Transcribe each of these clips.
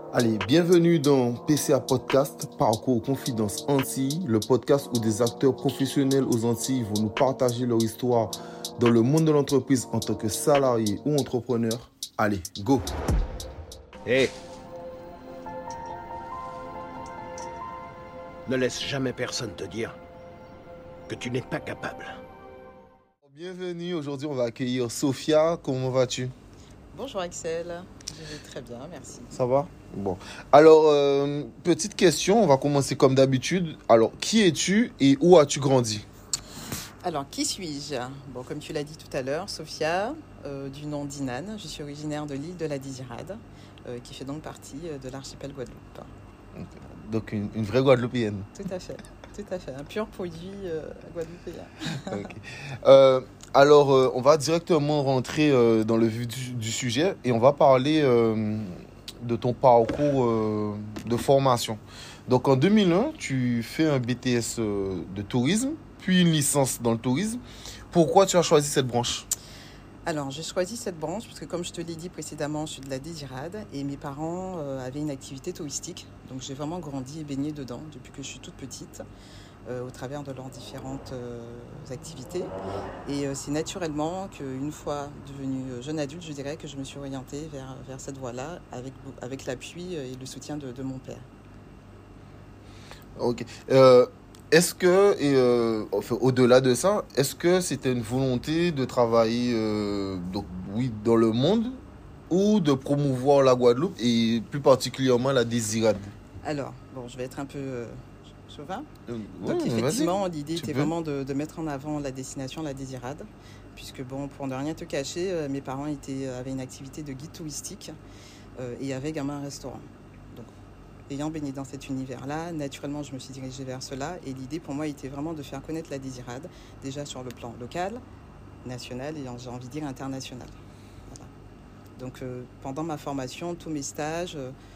Allez, bienvenue dans PCA Podcast, Parcours Confidence Antilles, le podcast où des acteurs professionnels aux Antilles vont nous partager leur histoire dans le monde de l'entreprise en tant que salarié ou entrepreneur. Allez, go! Hé! Ne laisse jamais personne te dire que tu n'es pas capable. Bienvenue, aujourd'hui on va accueillir Sophia. Comment vas-tu? Bonjour Axel, je vais très bien, merci. Ça va? Bon. Alors, petite question, on va commencer comme d'habitude. Alors, qui es-tu et où as-tu grandi? Alors, qui suis-je? Bon, comme tu l'as dit tout à l'heure, Sophia, du nom d'Inan. Je suis originaire de l'île de la Désirade, qui fait donc partie de l'archipel Guadeloupe. Okay. Donc, une vraie Guadeloupéenne. Tout à fait, un pur produit guadeloupéen. Okay. Alors, on va directement rentrer dans le vif du sujet et on va parler de ton parcours de formation. Donc, en 2001, tu fais un BTS de tourisme, puis une licence dans le tourisme. Pourquoi tu as choisi cette branche? Alors, j'ai choisi cette branche parce que, comme je te l'ai dit précédemment, je suis de la Désirade et mes parents avaient une activité touristique. Donc, j'ai vraiment grandi et baigné dedans depuis que je suis toute petite. Au travers de leurs différentes activités. Et c'est naturellement qu'une fois devenue jeune adulte, je dirais que je me suis orientée vers cette voie-là avec l'appui et le soutien de mon père. Ok. Est-ce que, enfin, au-delà de ça, est-ce que c'était une volonté de travailler donc, oui, dans le monde ou de promouvoir la Guadeloupe et plus particulièrement la Désirade? Alors, bon, je vais être un peu... chauvin. Ouais, Donc effectivement, vas-y, l'idée était vraiment de mettre en avant la destination, la Désirade, puisque bon, pour ne rien te cacher, mes parents avaient une activité de guide touristique et avaient également un restaurant. Donc, ayant baigné dans cet univers-là, naturellement, je me suis dirigée vers cela et l'idée pour moi était vraiment de faire connaître la Désirade, déjà sur le plan local, national et j'ai envie de dire international. Voilà. Donc pendant ma formation, tous mes stages...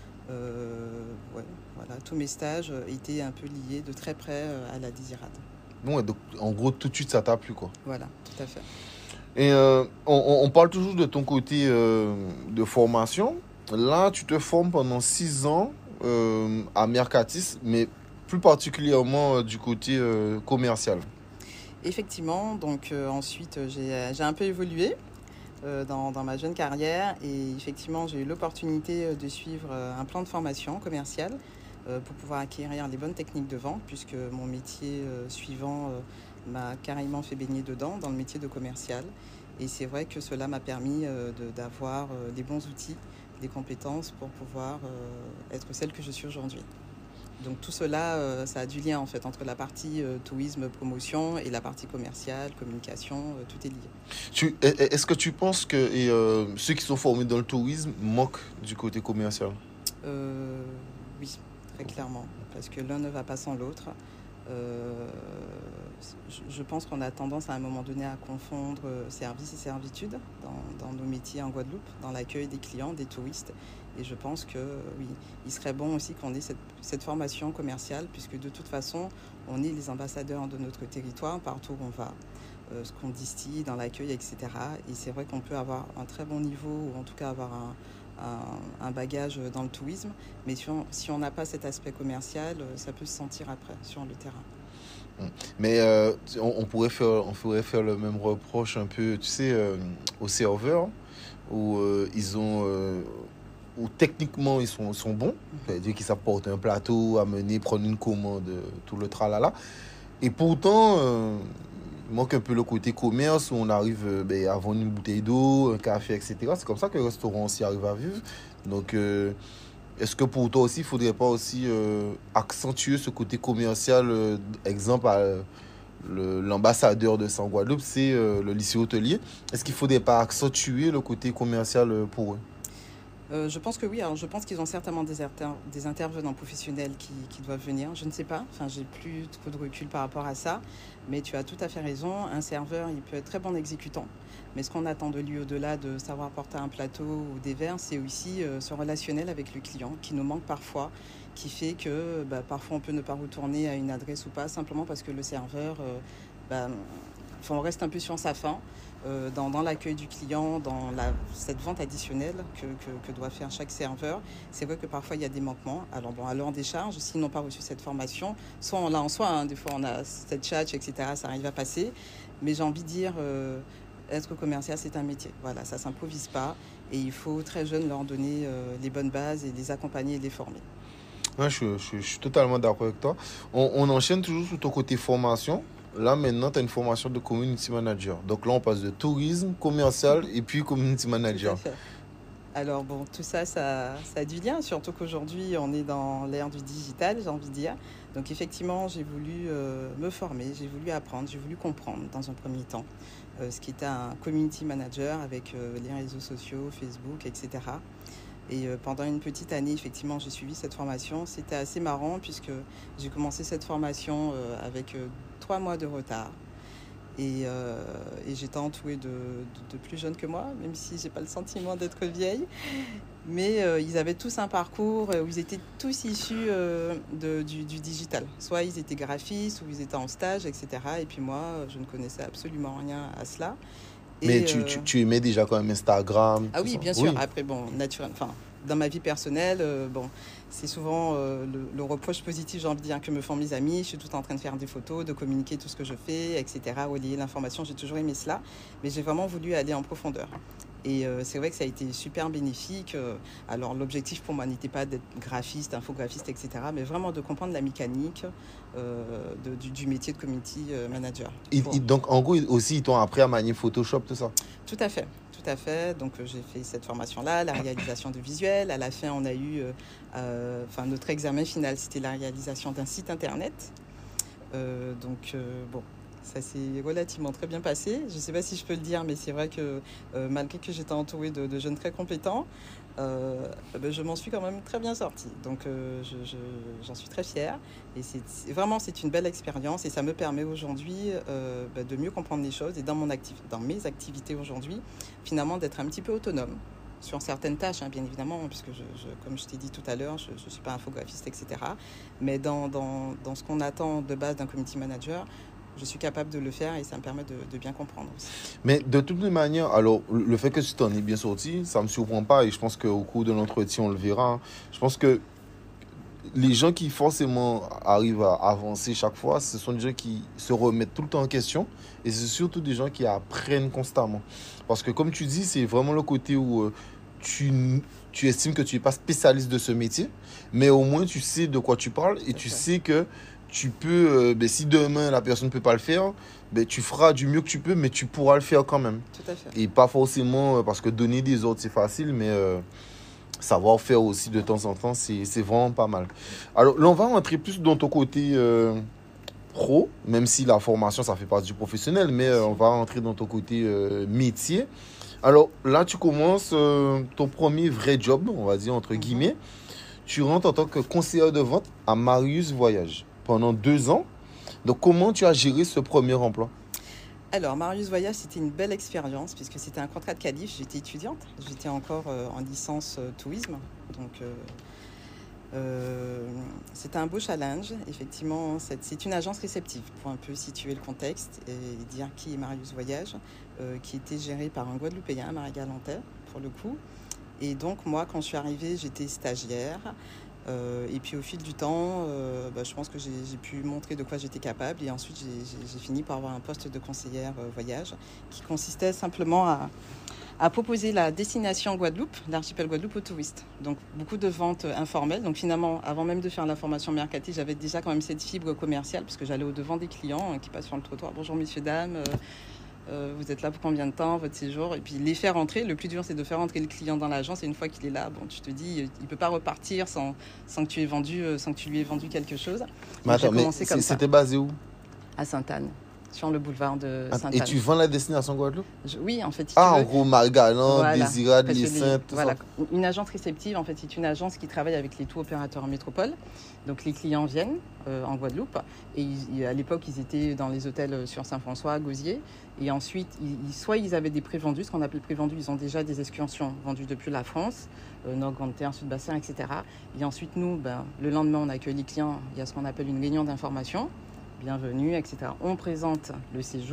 tous mes stages étaient un peu liés de très près à la Désirade. Bon, donc en gros, tout de suite, ça t'a plu, quoi. Voilà, tout à fait. Et on parle toujours de ton côté de formation. Là, tu te formes pendant 6 ans à Mercatis, mais plus particulièrement du côté commercial. Effectivement, donc ensuite, j'ai un peu évolué. Dans ma jeune carrière et effectivement j'ai eu l'opportunité de suivre un plan de formation commerciale pour pouvoir acquérir les bonnes techniques de vente puisque mon métier suivant m'a carrément fait baigner dedans dans le métier de commercial et c'est vrai que cela m'a permis d'avoir des bons outils, des compétences pour pouvoir être celle que je suis aujourd'hui. Donc tout cela, ça a du lien en fait entre la partie tourisme, promotion et la partie commerciale, communication, tout est lié. Est-ce que tu penses que ceux qui sont formés dans le tourisme manquent du côté commercial? Oui, très clairement, parce que l'un ne va pas sans l'autre. Je pense qu'on a tendance à un moment donné à confondre service et servitude dans nos métiers en Guadeloupe, dans l'accueil des clients, des touristes. Et je pense que oui, il serait bon aussi qu'on ait cette formation commerciale, puisque de toute façon, on est les ambassadeurs de notre territoire partout où on va, ce qu'on distille dans l'accueil, etc. Et c'est vrai qu'on peut avoir un très bon niveau, ou en tout cas avoir un bagage dans le tourisme, mais si on n'a pas cet aspect commercial, ça peut se sentir après sur le terrain. Mais on pourrait faire le même reproche un peu, tu sais, aux serveurs, où où techniquement ils sont bons, c'est-à-dire qu'ils savent porter un plateau, amener, prendre une commande, tout le tralala. Et pourtant, il manque un peu le côté commerce où on arrive à vendre une bouteille d'eau, un café, etc. C'est comme ça que le restaurant aussi arrive à vivre. Donc, est-ce que pour toi aussi, il ne faudrait pas aussi accentuer ce côté commercial? Exemple, l'ambassadeur de San Guadeloupe, c'est le lycée hôtelier. Est-ce qu'il ne faudrait pas accentuer le côté commercial pour eux? Je pense que oui. Alors, je pense qu'ils ont certainement des intervenants professionnels qui doivent venir. Je ne sais pas. Enfin, j'ai plus trop de recul par rapport à ça. Mais tu as tout à fait raison. Un serveur, il peut être très bon exécutant. Mais ce qu'on attend de lui, au-delà de savoir porter un plateau ou des verres, c'est aussi ce relationnel avec le client qui nous manque parfois, qui fait que parfois on peut ne pas retourner à une adresse ou pas, simplement parce que le serveur, on reste un peu sur sa faim. dans l'accueil du client, dans cette vente additionnelle que doit faire chaque serveur. C'est vrai que parfois il y a des manquements. Alors bon, à leur décharge, s'ils n'ont pas reçu cette formation, soit on l'a en soi, hein, des fois on a cette tchatch, etc., ça arrive à passer. Mais j'ai envie de dire, être commercial, c'est un métier. Voilà, ça ne s'improvise pas. Et il faut très jeune leur donner les bonnes bases et les accompagner et les former. Ouais, je suis totalement d'accord avec toi. On enchaîne toujours sur ton côté formation. Là, maintenant, tu as une formation de community manager. Donc là, on passe de tourisme, commercial et puis community manager. Tout à fait. Alors bon, tout ça, ça a du lien, surtout qu'aujourd'hui, on est dans l'ère du digital, j'ai envie de dire. Donc effectivement, j'ai voulu me former, j'ai voulu apprendre, j'ai voulu comprendre dans un premier temps ce qu'était un community manager avec les réseaux sociaux, Facebook, etc. Et pendant une petite année, effectivement, j'ai suivi cette formation. C'était assez marrant puisque j'ai commencé cette formation avec 3 mois de retard. Et j'étais entourée de plus jeunes que moi, même si je n'ai pas le sentiment d'être vieille. Mais ils avaient tous un parcours où ils étaient tous issus du digital. Soit ils étaient graphistes ou ils étaient en stage, etc. Et puis moi, je ne connaissais absolument rien à cela. Mais tu aimais déjà quand même Instagram? Ah oui, bien sûr. Oui. Après, bon, dans ma vie personnelle, c'est souvent le reproche positif, j'ai envie de dire, que me font mes amis. Je suis tout en train de faire des photos, de communiquer tout ce que je fais, etc., relayer l'information. J'ai toujours aimé cela, mais j'ai vraiment voulu aller en profondeur. Et c'est vrai que ça a été super bénéfique. Alors, l'objectif pour moi n'était pas d'être graphiste, infographiste, etc., mais vraiment de comprendre la mécanique du métier de community manager. Donc, en gros, aussi, ils t'ont appris à manier Photoshop, tout ça? Tout à fait. Tout à fait. Donc, j'ai fait cette formation-là, la réalisation de visuels. À la fin, on a eu... notre examen final, c'était la réalisation d'un site Internet. Ça s'est relativement très bien passé. Je ne sais pas si je peux le dire, mais c'est vrai que malgré que j'étais entourée de jeunes très compétents, je m'en suis quand même très bien sortie. Donc, j'en suis très fière. Et c'est une belle expérience et ça me permet aujourd'hui de mieux comprendre les choses et dans mes activités aujourd'hui, finalement, d'être un petit peu autonome sur certaines tâches, hein, bien évidemment, puisque comme je t'ai dit tout à l'heure, je ne suis pas infographiste, etc. Mais dans ce qu'on attend de base d'un community manager, je suis capable de le faire et ça me permet de bien comprendre aussi. Mais de toutes les manières, alors, le fait que tu t'en es bien sorti, ça ne me surprend pas et je pense qu'au cours de l'entretien, on le verra. Je pense que les gens qui forcément arrivent à avancer chaque fois, ce sont des gens qui se remettent tout le temps en question et c'est surtout des gens qui apprennent constamment. Parce que comme tu dis, c'est vraiment le côté où tu estimes que tu n'es pas spécialiste de ce métier, mais au moins tu sais de quoi tu parles et tu sais que tu peux, si demain la personne ne peut pas le faire, tu feras du mieux que tu peux, mais tu pourras le faire quand même. Tout à fait. Et pas forcément, parce que donner des ordres, c'est facile, mais savoir faire aussi de temps en temps, c'est vraiment pas mal. Alors là, on va rentrer plus dans ton côté pro, même si la formation, ça fait partie du professionnel, mais on va rentrer dans ton côté métier. Alors là, tu commences ton premier vrai job, on va dire entre guillemets. Tu rentres en tant que conseillère de vente à Marius Voyage pendant 2 ans. Donc, comment tu as géré ce premier emploi? Alors, Marius Voyage, c'était une belle expérience puisque c'était un contrat de qualif. J'étais étudiante. J'étais encore en licence tourisme. Donc, c'était un beau challenge. Effectivement, c'est une agence réceptive pour un peu situer le contexte et dire qui est Marius Voyage, qui était géré par un Guadeloupéen, Marie Galantais, pour le coup. Et donc, moi, quand je suis arrivée, j'étais stagiaire. Et puis, au fil du temps, je pense que j'ai pu montrer de quoi j'étais capable. Et ensuite, j'ai fini par avoir un poste de conseillère voyage qui consistait simplement à proposer la destination Guadeloupe, l'archipel Guadeloupe aux touristes. Donc, beaucoup de ventes informelles. Donc, finalement, avant même de faire la formation mercantil, j'avais déjà quand même cette fibre commerciale parce que j'allais au-devant des clients qui passent sur le trottoir. Bonjour, messieurs, dames. Vous êtes là pour combien de temps, votre séjour? Et puis les faire entrer, le plus dur c'est de faire entrer le client dans l'agence et une fois qu'il est là, tu te dis, il ne peut pas repartir sans que tu lui aies vendu quelque chose. Mais attends, c'était basé où? À Sainte-Anne, sur le boulevard de Sainte-Anne. Et tu vends la destination Guadeloupe? Oui, en fait. En gros, Margalan, voilà, Désirade, Les Saintes, tout ça. Une agence réceptive, en fait, c'est une agence qui travaille avec les tours opérateurs en métropole. Donc les clients viennent en Guadeloupe et à l'époque ils étaient dans les hôtels sur Saint-François, Gosier et ensuite soit ils avaient des prévendus, ce qu'on appelle prévendus, ils ont déjà des excursions vendues depuis la France, Nord Grande Terre, Sud Bassin, etc. Et ensuite nous, le lendemain on accueille les clients, il y a ce qu'on appelle une réunion d'information, bienvenue, etc. On présente le séjour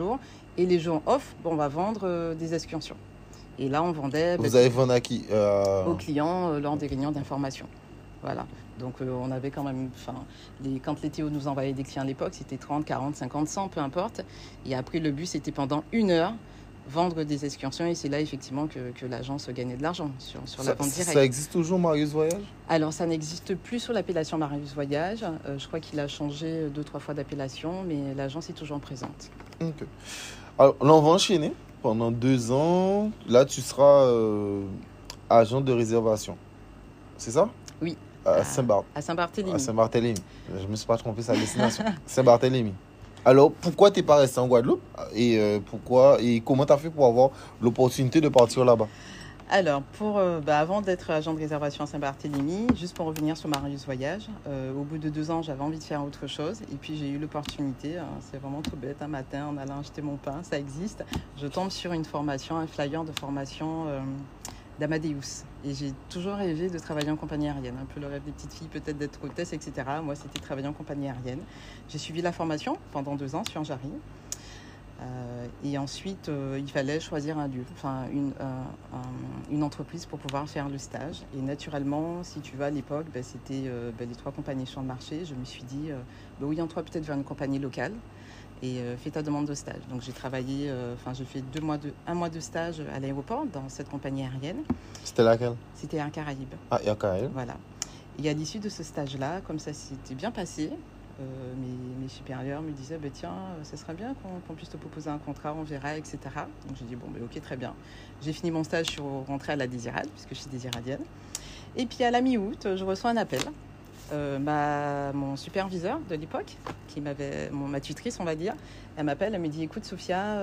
Et les jours off, on va vendre des excursions. Et là, on vendait Vous avez vendu à qui aux clients lors des réunions d'information. Voilà. Donc, on avait quand même... Quand les Théo nous envoyaient des clients à l'époque, c'était 30, 40, 50, 100, peu importe. Et après, le but, c'était pendant 1 heure, vendre des excursions. Et c'est là, effectivement, que l'agence gagnait de l'argent sur la vente directe. Ça existe toujours, Marius Voyage? Alors, ça n'existe plus sous l'appellation Marius Voyage. Je crois qu'il a changé 2-3 fois d'appellation, mais l'agence est toujours présente. Ok. Alors, là, on va enchaîner. Pendant 2 ans, là, tu seras agent de réservation. C'est ça? Oui. À Saint-Barth. À Saint-Barthélemy. À Saint-Barthélemy. Je ne me suis pas trompé sur la destination. Saint-Barthélemy. Alors, pourquoi tu n'es pas resté en Guadeloupe? Et comment tu as fait pour avoir l'opportunité de partir là-bas? Alors, avant d'être agent de réservation à Saint-Barthélemy, juste pour revenir sur Marius Voyage, au bout de 2 ans, j'avais envie de faire autre chose. Et puis, j'ai eu l'opportunité, c'est vraiment tout bête, un matin, en allant acheter mon pain, ça existe. Je tombe sur une formation, un flyer de formation d'Amadeus. Et j'ai toujours rêvé de travailler en compagnie aérienne. Un peu le rêve des petites filles, peut-être d'être hôtesse, etc. Moi, c'était travailler en compagnie aérienne. J'ai suivi la formation pendant 2 ans sur Jarry. Et ensuite, il fallait choisir un lieu, une entreprise pour pouvoir faire le stage. Et naturellement, si tu vas à l'époque, c'était les 3 compagnies sur le marché. Je me suis dit, oriente-toi peut-être vers une compagnie locale et fais ta demande de stage. Donc j'ai travaillé, j'ai fait 1 mois de stage à l'aéroport dans cette compagnie aérienne. C'était laquelle? C'était Air Caraïbes. Ah, Air Caraïbes. Voilà. Et à l'issue de ce stage-là, comme ça s'était bien passé, mes supérieurs me disaient tiens, ça serait bien qu'on puisse te proposer un contrat, on verra, etc. Donc j'ai dit ok, très bien. J'ai fini mon stage, je suis rentrée à la Désirade, puisque je suis désiradienne. Et puis à la mi-août, je reçois un appel. Mon superviseur de l'époque, ma tutrice, on va dire, elle m'appelle, elle me dit écoute Sophia,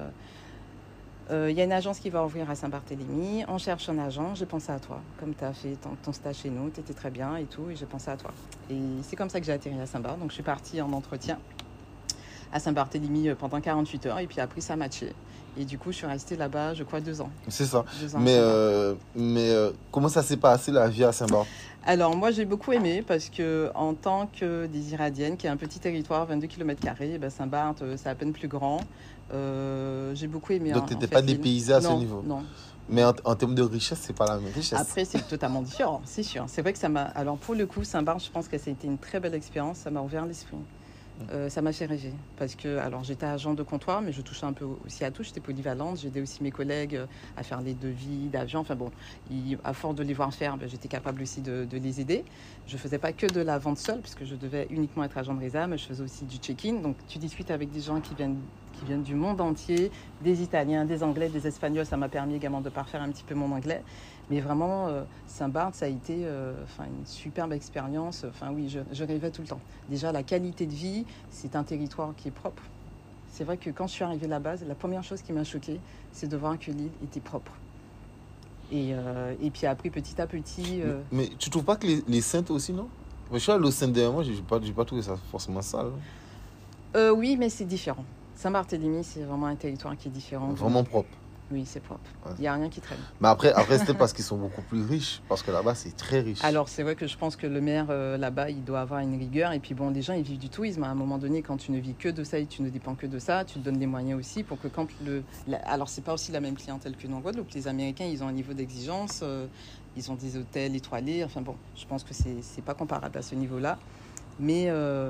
il y a une agence qui va ouvrir à Saint-Barthélemy, on cherche un agent, j'ai pensé à toi. Comme tu as fait ton stage chez nous, tu étais très bien et tout, et j'ai pensé à toi. Et c'est comme ça que j'ai atterri à Saint-Barth. Donc je suis partie en entretien à Saint-Barthélemy pendant 48 heures, et puis après ça a matché. Et du coup, je suis restée là-bas, je crois, 2 ans. C'est ça. 2 ans mais comment ça s'est passé la vie à Saint-Barth? Alors moi, j'ai beaucoup aimé parce que en tant que désiradienne, qui est un petit territoire, 22 km², Saint-Barth, c'est à peine plus grand. J'ai beaucoup aimé. Donc, tu n'étais pas dépaysée à ce niveau? Non. Mais en termes de richesse, c'est pas la même richesse. Après, c'est totalement différent, c'est sûr. C'est vrai que ça m'a... Alors, pour le coup, Saint-Barth, je pense que ça a été une très belle expérience. Ça m'a ouvert l'esprit. Ça m'a fait rêver. Parce que, alors, j'étais agent de comptoir, mais je touchais un peu aussi à tout. J'étais polyvalente. J'aidais aussi mes collègues à faire les devis d'avion. Enfin bon, à force de les voir faire, j'étais capable aussi de les aider. Je faisais pas que de la vente seule, puisque je devais uniquement être agent de réserve, mais je faisais aussi du check-in. Donc, tu discutes avec des gens qui viennent du monde entier, des Italiens, des Anglais, des Espagnols. Ça m'a permis également de parfaire un petit peu mon anglais. Mais vraiment, Saint-Barth, ça a été une superbe expérience. Enfin oui, je rêvais tout le temps. Déjà, la qualité de vie, c'est un territoire qui est propre. C'est vrai que quand je suis arrivée là-bas, la première chose qui m'a choquée, c'est de voir que l'île était propre. Et puis après, petit à petit... Mais tu trouves pas que les Saintes aussi, non? Je suis allé aux Saintes derrière moi, j'ai pas trouvé ça forcément sale. Oui, mais c'est différent. Saint-Barthélemy, c'est vraiment un territoire qui est différent. Vraiment propre. Oui, c'est propre. Ouais. Il n'y a rien qui traîne. Mais après c'était parce qu'ils sont beaucoup plus riches. Parce que là-bas, c'est très riche. Alors, c'est vrai que je pense que le maire, là-bas, il doit avoir une rigueur. Et puis, bon, les gens, ils vivent du tourisme. À un moment donné, quand tu ne vis que de ça et tu ne dépends que de ça, tu te donnes les moyens aussi pour que quand Alors, c'est pas aussi la même clientèle que nous en Guadeloupe. Les Américains, ils ont un niveau d'exigence. Ils ont des hôtels étoilés. Enfin, bon, je pense que c'est pas comparable à ce niveau-là. Mais...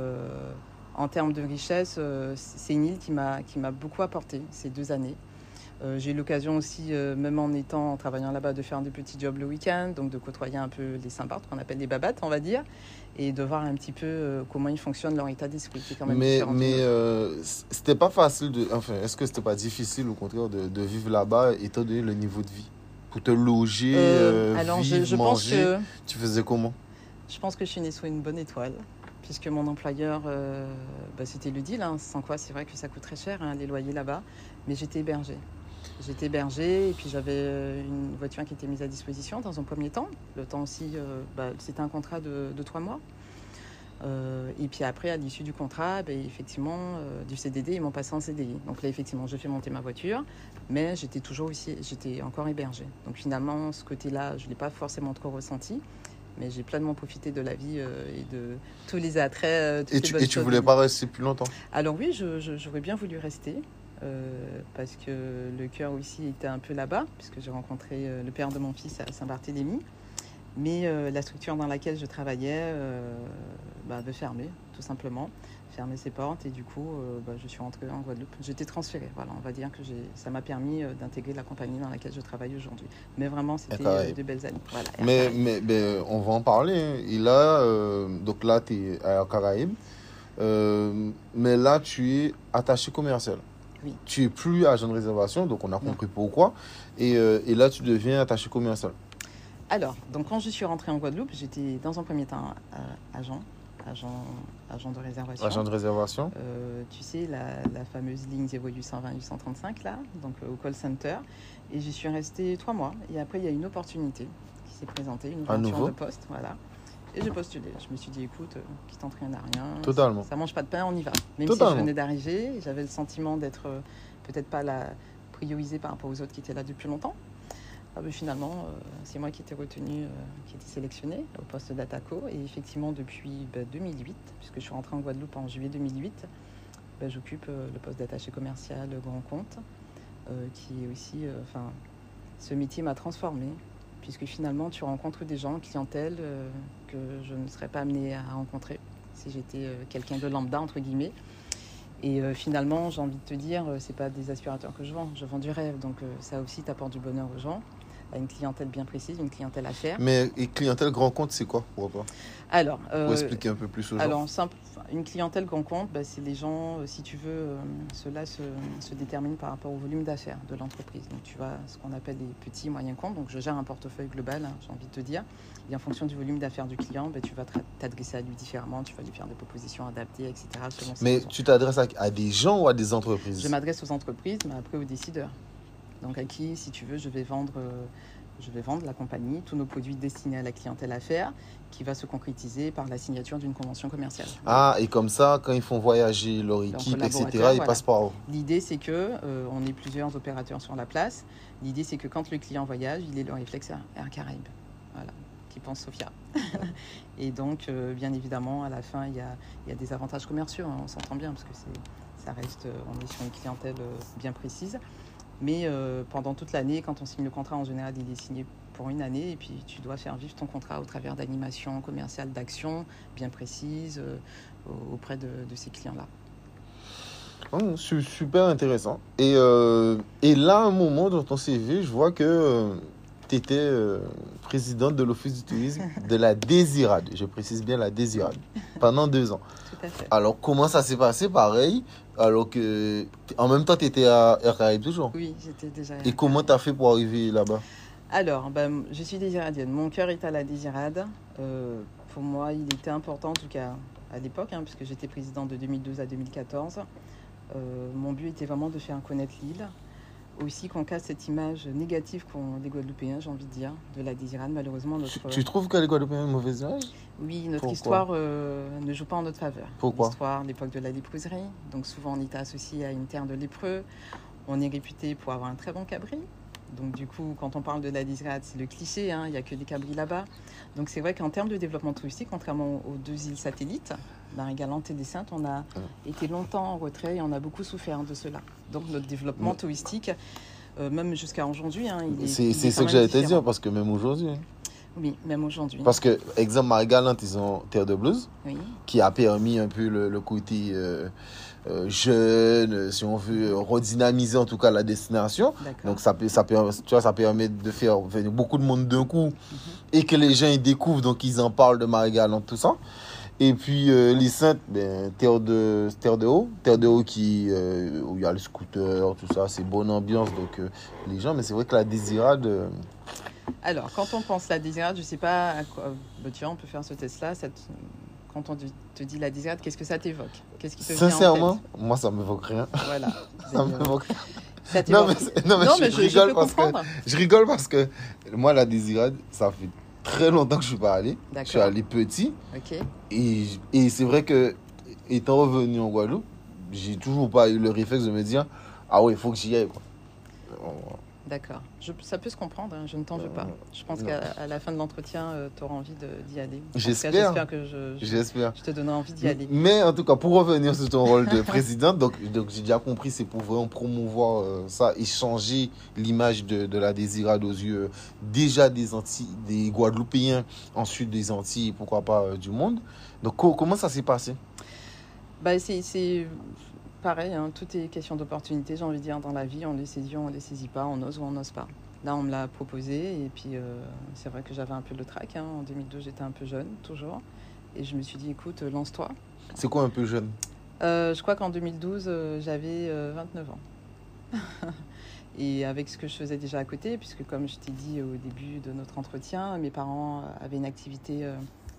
en termes de richesse, c'est une île qui m'a beaucoup apporté ces 2 années. J'ai eu l'occasion aussi, même en travaillant là-bas, de faire des petits jobs le week-end, donc de côtoyer un peu les Saint-Barth, qu'on appelle les babattes, on va dire, et de voir un petit peu comment ils fonctionnent, leur état d'esprit, qui est quand même différent. Mais c'était pas facile est-ce que c'était pas difficile, au contraire, de vivre là-bas, étant donné le niveau de vie? Pour te loger, alors vivre, je manger, pense tu faisais comment? Je pense que je suis née sous une bonne étoile. Puisque mon employeur, c'était le deal, hein, sans quoi c'est vrai que ça coûte très cher, les loyers là-bas. Mais j'étais hébergée. Et puis j'avais une voiture qui était mise à disposition dans un premier temps. Le temps aussi, c'était un contrat de 3 mois. Et puis après, à l'issue du contrat, effectivement, du CDD, ils m'ont passé en CDI. Donc là, effectivement, je fais monter ma voiture, mais j'étais encore hébergée. Donc finalement, ce côté-là, je ne l'ai pas forcément trop ressenti. Mais j'ai pleinement profité de la vie et de tous les attraits. Et tu voulais pas rester plus longtemps? Alors oui, j'aurais bien voulu rester. parce que le cœur aussi était un peu là-bas, puisque j'ai rencontré le père de mon fils à Saint-Barthélemy. Mais la structure dans laquelle je travaillais veut fermer, tout simplement, fermer ses portes. Et du coup, je suis rentrée en Guadeloupe. J'étais transférée, voilà, on va dire que ça m'a permis d'intégrer la compagnie dans laquelle je travaille aujourd'hui. Mais vraiment, c'était de belles années. Voilà, mais on va en parler. Et là, donc là, tu es à Caraïbes. Mais là, tu es attaché commercial. Oui. Tu es plus agent de réservation, donc on a compris pourquoi. Et là, tu deviens attaché commercial. Alors, donc quand je suis rentrée en Guadeloupe, j'étais dans un premier temps agent de réservation. Agent de réservation. Tu sais, la fameuse ligne 0820-835, là, donc au call center. Et j'y suis restée 3 mois. Et après, il y a une opportunité qui s'est présentée, une ouverture de poste, voilà. Et j'ai postulé. Je me suis dit, écoute, qui tente rien à rien. Totalement. Ça mange pas de pain, on y va. Même si je venais d'arriver, j'avais le sentiment d'être peut-être pas priorisée par rapport aux autres qui étaient là depuis longtemps. Finalement, c'est moi qui étais retenue, qui était sélectionnée au poste d'Ataco. Et effectivement, depuis 2008, puisque je suis rentrée en Guadeloupe en juillet 2008, j'occupe le poste d'attaché commercial grand compte, qui est aussi... ce métier m'a transformée, puisque finalement, tu rencontres des gens, clientèle, que je ne serais pas amenée à rencontrer si j'étais quelqu'un de lambda, entre guillemets. Et finalement, j'ai envie de te dire, c'est pas des aspirateurs que je vends du rêve. Donc ça aussi, t'apporte du bonheur aux gens, à une clientèle bien précise, une clientèle à faire. Mais et clientèle grand compte, c'est quoi pour toi? Alors, pour expliquer un peu plus aux gens. Alors, une clientèle grand compte, c'est les gens, si tu veux, cela se détermine par rapport au volume d'affaires de l'entreprise. Donc tu vois ce qu'on appelle les petits, moyens comptes. Donc je gère un portefeuille global, j'ai envie de te dire. Et en fonction du volume d'affaires du client, tu vas t'adresser à lui différemment, tu vas lui faire des propositions adaptées, etc. Mais tu t'adresses à des gens ou à des entreprises? Je m'adresse aux entreprises, mais après aux décideurs. Donc à qui, si tu veux, je vais vendre la compagnie, tous nos produits destinés à la clientèle affaires, qui va se concrétiser par la signature d'une convention commerciale. Ah, et comme ça, quand ils font voyager leur équipe, etc., ils passent par où? L'idée, c'est que on est plusieurs opérateurs sur la place. L'idée, c'est que quand le client voyage, il ait le réflexe Air Caraïbes. Voilà, qui pense Sophia. Et donc, bien évidemment, à la fin, il y a des avantages commerciaux. Hein, on s'entend bien, parce que ça reste, on est sur une clientèle bien précise. Mais pendant toute l'année, quand on signe le contrat, en général, il est signé pour une année. Et puis, tu dois faire vivre ton contrat au travers d'animations commerciales, d'actions bien précises auprès de ces clients-là. Oh, super intéressant. Et là, à un moment dans ton CV, je vois que tu étais présidente de l'Office du tourisme de la Désirade. Je précise bien la Désirade. Pendant 2 ans. Tout à fait. Alors, comment ça s'est passé? Pareil. Alors que, en même temps, tu étais à Air Caraïbes toujours? Oui, j'étais déjà à Air Et comment tu as fait pour arriver là-bas? Alors, je suis désiradienne. Mon cœur est à la Désirade. Pour moi, il était important, en tout cas à l'époque, puisque j'étais présidente de 2012 à 2014. Mon but était vraiment de faire connaître l'île. Aussi qu'on casse cette image négative qu'ont les Guadeloupéens, j'ai envie de dire, de la Désirade. Malheureusement, Tu trouves que les Guadeloupéens ont une mauvaise image? Oui, notre histoire ne joue pas en notre faveur. Pourquoi? L'histoire, l'époque de la léproserie. Donc souvent, on était associé à une terre de lépreux. On est réputé pour avoir un très bon cabri. Donc du coup, quand on parle de la Désirade, c'est le cliché, il n'y a que des cabris là-bas. Donc c'est vrai qu'en termes de développement touristique, contrairement aux 2 îles satellites, Marie-Galante et des Saintes, on a été longtemps en retrait et on a beaucoup souffert de cela. Donc notre développement touristique, même jusqu'à aujourd'hui, c'est ce que j'allais te dire, parce que même aujourd'hui... Oui, même aujourd'hui. Parce que, exemple, Marie-Galante, ils ont Terre de Blues, qui a permis un peu le côté jeune, si on veut, redynamiser en tout cas la destination. Donc ça permet de faire venir beaucoup de monde d'un coup et que les gens ils découvrent, donc ils en parlent de Marie-Galante, tout ça. Et puis les Saintes, Terre de Haut qui, où il y a le scooter, tout ça, c'est bonne ambiance, donc les gens, mais c'est vrai que la Désirade... Alors, quand on pense la Désirade, je ne sais pas à quoi... tu vois, on peut faire ce test-là. Quand on te dit la Désirade, qu'est-ce que ça t'évoque? Qu'est-ce qui te vient en tête? Sincèrement, moi, ça ne m'évoque rien. Voilà. Ça me m'évoque rien. Ça non, mais je rigole parce que moi, la Désirade, ça fait très longtemps que je ne suis pas allé. Je suis allé petit. Okay. Et c'est vrai que, étant revenu en Guadeloupe, j'ai toujours pas eu le réflexe de me dire, ah ouais, il faut que j'y aille, quoi. D'accord. Ça peut se comprendre, hein, je ne t'en veux pas. Je pense qu'à la fin de l'entretien, tu auras envie d'y aller. J'espère que J'espère. je te donnerai envie d'y aller. Mais en tout cas, pour revenir sur ton rôle de présidente, donc j'ai déjà compris, c'est pour vraiment promouvoir ça et changer l'image de la Désirade aux yeux déjà des Antilles, des Guadeloupéens, ensuite des Antilles, pourquoi pas du monde. Donc comment ça s'est passé? C'est pareil, hein, tout est question d'opportunité, j'ai envie de dire, dans la vie. On les saisit, on les saisit pas, on ose ou on n'ose pas. Là, on me l'a proposé et puis c'est vrai que j'avais un peu le trac. Hein. En 2002, j'étais un peu jeune, toujours. Et je me suis dit, écoute, lance-toi. C'est quoi un peu jeune? Je crois qu'en 2012, j'avais 29 ans. Et avec ce que je faisais déjà à côté, puisque comme je t'ai dit au début de notre entretien, mes parents avaient une activité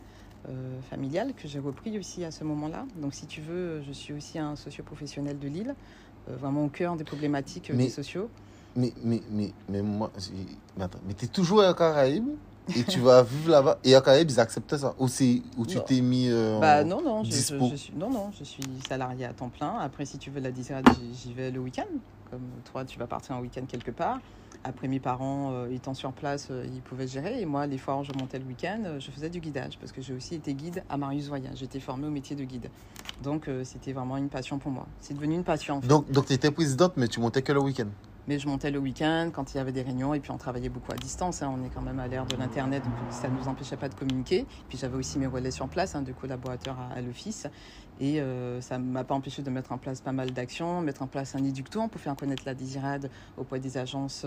familiale que j'ai repris aussi à ce moment-là. Donc si tu veux, je suis aussi un socio-professionnel de Lille, vraiment au cœur des problématiques des sociaux. Mais moi, mais tu es toujours à Caraïbes et tu vas vivre là-bas. Et à Caraïbes, ils acceptaient ça? Ou tu t'es mis non, dispo? je suis salarié à temps plein. Après, si tu veux la Désirade, j'y vais le week-end. Comme toi, tu vas partir un week-end quelque part. Après, mes parents étant sur place, ils pouvaient gérer. Et moi, les fois où je montais le week-end, je faisais du guidage parce que j'ai aussi été guide à Marius Voyage. J'étais formée au métier de guide. Donc, c'était vraiment une passion pour moi. C'est devenu une passion, en fait. Donc tu étais présidente, mais tu montais que le week-end? Mais je montais le week-end quand il y avait des réunions et puis on travaillait beaucoup à distance. Hein. On est quand même à l'ère de l'Internet, donc ça ne nous empêchait pas de communiquer. Puis j'avais aussi mes relais sur place, de collaborateurs à l'office. Et ça ne m'a pas empêché de mettre en place pas mal d'actions, mettre en place un éducteur pour faire connaître la Désirade auprès des agences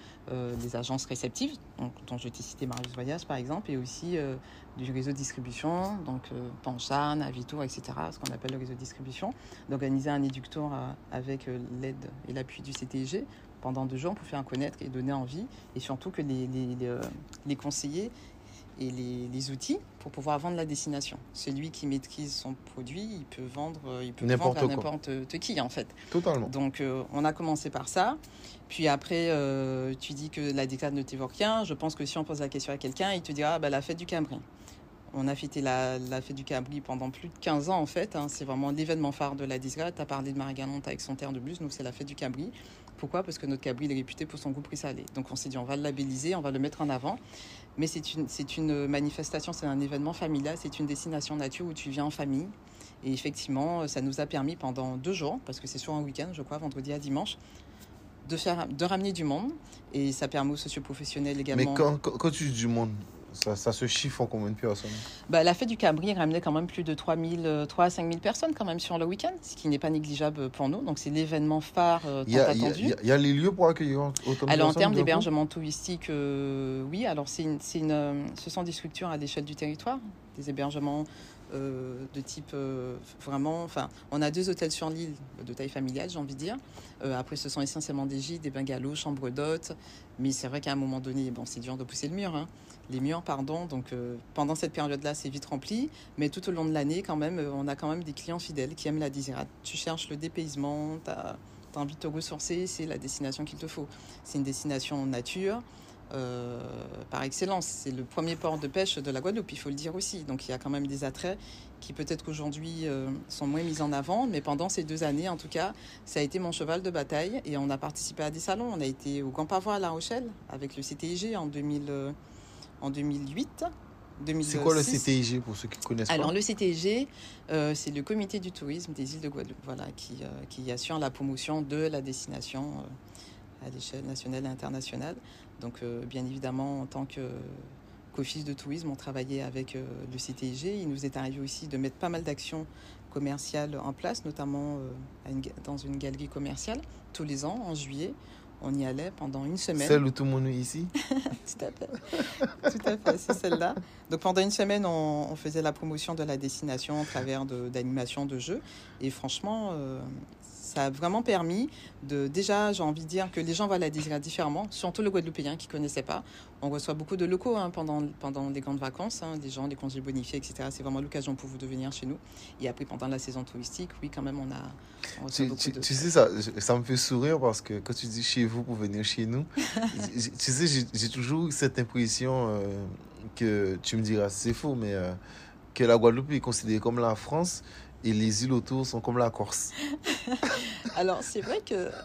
réceptives, dont je t'ai cité Marius Voyage par exemple, et aussi du réseau de distribution, donc Pancharn, Avitour, etc., ce qu'on appelle le réseau de distribution, d'organiser un éducteur avec l'aide et l'appui du CTIG pendant 2 jours pour faire connaître et donner envie, et surtout que les conseillers et les outils pour pouvoir vendre la destination. Celui qui maîtrise son produit, il peut vendre à n'importe qui, en fait. Totalement. Donc, on a commencé par ça. Puis après, tu dis que la Désirade ne t'évoque rien. Je pense que si on pose la question à quelqu'un, il te dira la fête du Cabri. On a fêté la fête du Cabri pendant plus de 15 ans, en fait. Hein. C'est vraiment l'événement phare de la Désirade. Tu as parlé de Marie-Galante avec son terre de blues. Nous, c'est la fête du Cabri. Pourquoi? Parce que notre Cabri, il est réputé pour son goût salé. Donc, on s'est dit, on va le labelliser, on va le mettre en avant. Mais c'est une manifestation, c'est un événement familial, c'est une destination nature où tu viens en famille. Et effectivement, ça nous a permis pendant 2 jours, parce que c'est sur un week-end, je crois, vendredi à dimanche, de ramener du monde. Et ça permet aux socioprofessionnels également. Mais quand tu dis du monde, ça se chiffre en combien de personnes? La fête du Cabri ramenait quand même plus de 3 à 5 000 personnes quand même sur le week-end, ce qui n'est pas négligeable pour nous. Donc c'est l'événement phare tant attendu. Il y a les lieux pour accueillir autant de personnes? Alors en termes d'hébergement touristique, oui. Alors ce sont des structures à l'échelle du territoire, des hébergements de type vraiment... Enfin, on a 2 hôtels sur l'île de taille familiale, j'ai envie de dire. Après, ce sont essentiellement des gîtes, des bungalows, chambres d'hôtes. Mais c'est vrai qu'à un moment donné, c'est dur de pousser le mur, hein. Les murs, pardon. Donc, pendant cette période-là, c'est vite rempli. Mais tout au long de l'année, quand même, on a quand même des clients fidèles qui aiment la Désirade. Tu cherches le dépaysement, t'as envie de te ressourcer, c'est la destination qu'il te faut. C'est une destination nature. Par excellence, c'est le premier port de pêche de la Guadeloupe, il faut le dire aussi. Donc il y a quand même des attraits qui peut-être qu'aujourd'hui sont moins mis en avant, mais pendant ces 2 années, en tout cas, ça a été mon cheval de bataille et on a participé à des salons. On a été au Grand Pavois à La Rochelle avec le CTIG en 2008. 2006. C'est quoi le CTIG pour ceux qui connaissent pas? Alors le CTIG, c'est le comité du tourisme des îles de Guadeloupe, qui assure la promotion de la destination à l'échelle nationale et internationale. Donc, bien évidemment, en tant qu'office de tourisme, on travaillait avec le CTIG. Il nous est arrivé aussi de mettre pas mal d'actions commerciales en place, notamment dans une galerie commerciale. Tous les ans, en juillet, on y allait pendant une semaine. Celle où tout le monde est ici? Tout à fait. Tout à fait, c'est celle-là. Donc, pendant une semaine, on faisait la promotion de la destination au travers d'animations, de jeux. Et franchement... ça a vraiment permis déjà, j'ai envie de dire que les gens voient la Désirade différemment, surtout le Guadeloupéen qui ne connaissait pas. On reçoit beaucoup de locaux pendant les grandes vacances, des gens, des congés bonifiés, etc. C'est vraiment l'occasion pour vous de venir chez nous. Et après, pendant la saison touristique, oui, quand même, on reçoit beaucoup de... Tu sais, ça me fait sourire parce que quand tu dis chez vous pour venir chez nous, tu sais, j'ai toujours cette impression que tu me diras, c'est faux, mais que la Guadeloupe est considérée comme la France et les îles autour sont comme la Corse. Alors, c'est vrai que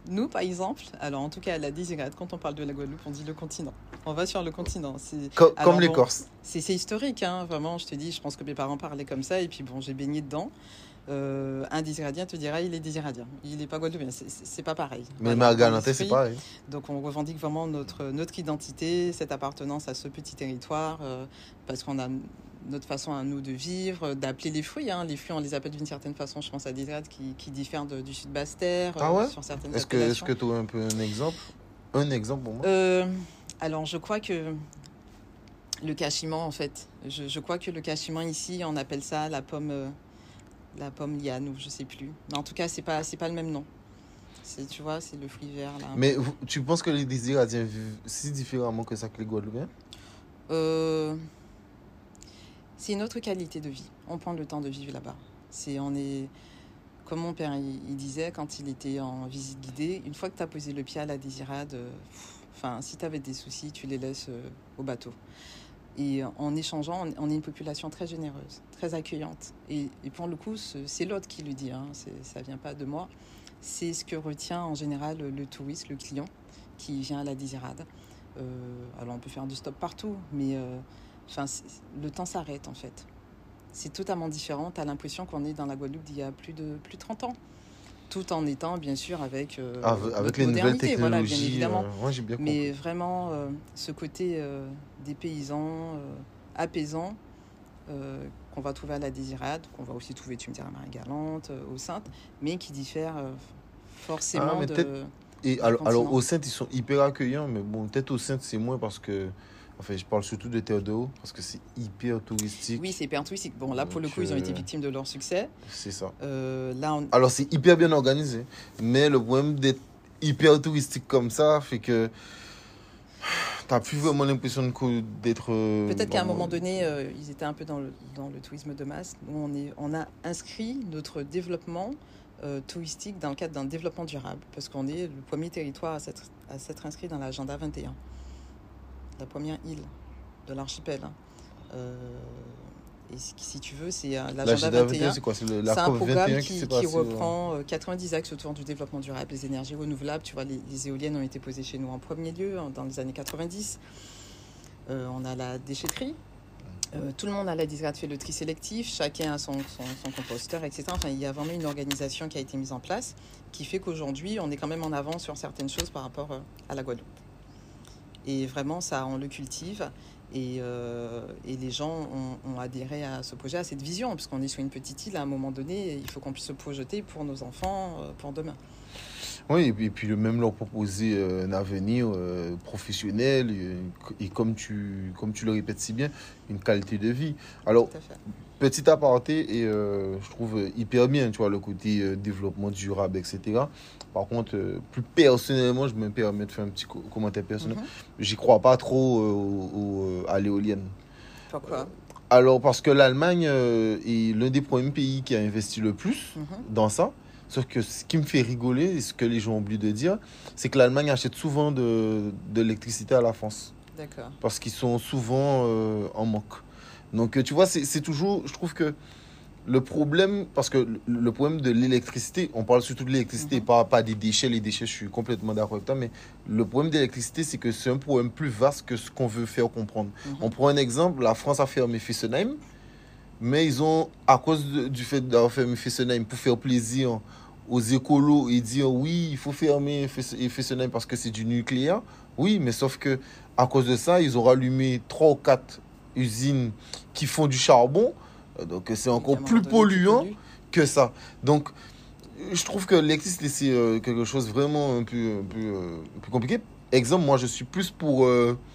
Nous, par exemple, alors en tout cas à la Désirade, quand on parle de la Guadeloupe, on dit le continent. On va sur le continent. Comme les Corses. C'est historique, hein, vraiment, je te dis, je pense que mes parents parlaient comme ça, et puis bon, j'ai baigné dedans. Un Désiradien te dira il est Désiradien, il n'est pas guadeloupéen, c'est pas pareil. Mais Voilà, Margalantais, c'est pareil. Donc on revendique vraiment notre identité, cette appartenance à ce petit territoire, parce qu'on a notre façon à nous de vivre, d'appeler les fruits. Hein. Les fruits, on les appelle d'une certaine façon, je pense à des grades qui diffèrent du sud Basse-Terre, sur certaines appellations. Est-ce que tu as un peu un exemple? Un exemple pour moi? Alors, je crois que le cachiment, en fait, je crois que le cachiment ici, on appelle ça la pomme liane, ou je sais plus. Mais en tout cas, c'est pas le même nom. Tu vois, c'est le fruit vert, là. Mais tu penses que les Désiradiens vivent si différemment que ça que les Guadeloupéens? C'est une autre qualité de vie. On prend le temps de vivre là-bas. Comme mon père, il disait quand il était en visite guidée, une fois que tu as posé le pied à la Désirade, si tu avais des soucis, tu les laisses au bateau. Et en échangeant, on est une population très généreuse, très accueillante. Et pour le coup, c'est l'autre qui le dit, hein, ça ne vient pas de moi. C'est ce que retient en général le touriste, le client, qui vient à la Désirade. Alors on peut faire du stop partout, mais le temps s'arrête en fait. C'est totalement différent. Tu as l'impression qu'on est dans la Guadeloupe d'il y a plus de 30 ans. Tout en étant bien sûr avec les nouvelles technologies, voilà, bien évidemment. J'ai bien compris. Mais vraiment, ce côté des paysans apaisants qu'on va trouver à la Désirade, qu'on va aussi trouver, tu me diras, à Marie-Galante, aux Saintes, mais qui diffèrent forcément Et alors, aux Saintes, ils sont hyper accueillants, mais bon, peut-être aux Saintes, c'est moins parce que... Enfin, je parle surtout de Terre de Haut, parce que c'est hyper touristique. Oui, c'est hyper touristique. Bon, là, pour le coup, ils ont été victimes de leur succès. C'est ça. Alors, c'est hyper bien organisé. Mais le problème d'être hyper touristique comme ça fait que t'as plus vraiment l'impression d'être... Peut-être qu'à un moment donné, ils étaient un peu dans le tourisme de masse. Nous, on a inscrit notre développement touristique dans le cadre d'un développement durable, parce qu'on est le premier territoire à s'être inscrit dans l'agenda 21. La première île de l'archipel. Et si tu veux, c'est l'agenda 21. C'est quoi? C'est un programme qui reprend 90 axes autour du développement durable, les énergies renouvelables. Tu vois, les éoliennes ont été posées chez nous en premier lieu dans les années 90. On a la déchetterie. Tout le monde à la Désirade fait le tri sélectif. Chacun a son composteur, etc. Enfin, il y a vraiment une organisation qui a été mise en place qui fait qu'aujourd'hui, on est quand même en avance sur certaines choses par rapport à la Guadeloupe. Et vraiment, ça, on le cultive. Et les gens ont adhéré à ce projet, à cette vision, parce qu'on est sur une petite île, à un moment donné, il faut qu'on puisse se projeter pour nos enfants, pour demain. Oui, et puis même leur proposer un avenir professionnel et comme tu le répètes si bien, une qualité de vie. Alors, petit aparté, et je trouve hyper bien, tu vois, le côté développement durable, etc. Par contre, plus personnellement, je me permets de faire un petit commentaire personnel. J'y crois pas trop à l'éolienne. Pourquoi alors, parce que l'Allemagne est l'un des premiers pays qui a investi le plus dans ça. Sauf que ce qui me fait rigoler, et ce que les gens oublient de dire, c'est que l'Allemagne achète souvent de l'électricité à la France. D'accord. Parce qu'ils sont souvent en manque. Donc, tu vois, c'est toujours... Je trouve que le problème... Parce que le problème de l'électricité, on parle surtout de l'électricité, pas des déchets. Les déchets, je suis complètement d'accord avec toi. Mais le problème de l'électricité, c'est que c'est un problème plus vaste que ce qu'on veut faire comprendre. On prend un exemple. La France a fermé Fessenheim. Mais ils ont, à cause du fait d'avoir fermé Fessenheim pour faire plaisir aux écolos et dire oui, il faut fermer Fessenheim parce que c'est du nucléaire. Oui, mais sauf que à cause de ça, ils ont rallumé 3 ou 4 usines qui font du charbon. Donc c'est encore plus polluant que ça. Donc je trouve que l'électricité, c'est quelque chose vraiment un peu compliqué. Exemple, moi je suis plus pour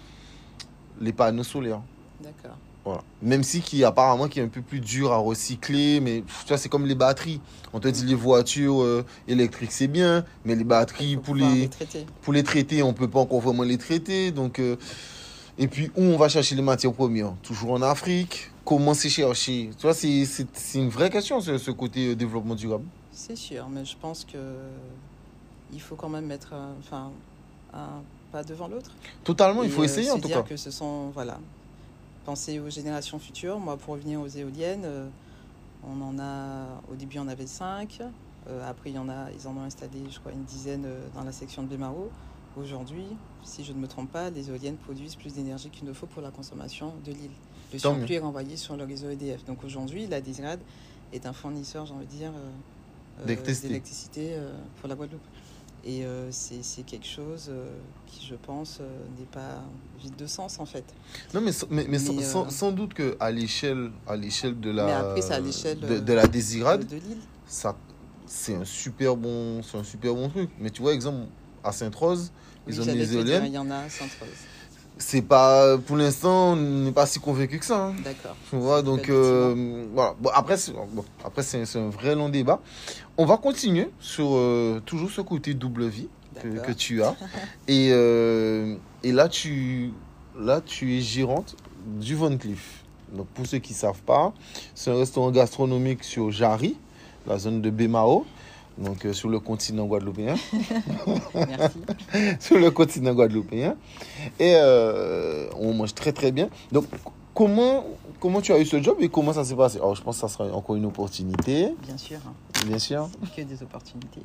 les panneaux solaires. D'accord. Voilà. Même si apparemment qui est un peu plus dur à recycler, mais tu vois, c'est comme les batteries. On te dit les voitures électriques c'est bien, mais les batteries pour les traiter, on peut pas encore vraiment les traiter. Donc et puis où on va chercher les matières premières? Toujours en Afrique. Comment c'est cherché? Tu vois, c'est une vraie question ce côté développement durable. C'est sûr, mais je pense que il faut quand même mettre un pas devant l'autre. Totalement, il faut essayer en tout cas. C'est-à-dire que ce sont penser aux générations futures. Moi, pour revenir aux éoliennes, au début, on avait 5. Après, ils en ont installé, je crois, une dizaine dans la section de Bémao. Aujourd'hui, si je ne me trompe pas, les éoliennes produisent plus d'énergie qu'il ne faut pour la consommation de l'île. Le surplus est renvoyé sur le réseau EDF. Donc aujourd'hui, la Désirade est un fournisseur, j'ai envie de dire, d'électricité pour la Guadeloupe. Et c'est quelque chose qui, je pense, n'est pas vide de sens, en fait. Non, mais sans doute qu'à l'échelle de la, mais après, c'est à l'échelle de la Désirade, de l'île. C'est un super bon truc. Mais tu vois, exemple, à Sainte-Rose, ils ont mis les éoliennes. Il y en a à Sainte-Rose. C'est pas, pour l'instant, on n'est pas si convaincu que ça. Hein. D'accord. Tu vois, donc voilà. Bon, après, c'est un vrai long débat. On va continuer sur toujours ce côté double vie que tu as. Et là, tu es gérante du Van Cleef. Donc, pour ceux qui ne savent pas, c'est un restaurant gastronomique sur Jarry, la zone de Bémao. Donc, sur le continent guadeloupéen. Merci. Sur le continent guadeloupéen. Et on mange très, très bien. Donc, comment tu as eu ce job et comment ça s'est passé? Alors, je pense que ça sera encore une opportunité. Bien sûr. Bien sûr. Que des opportunités.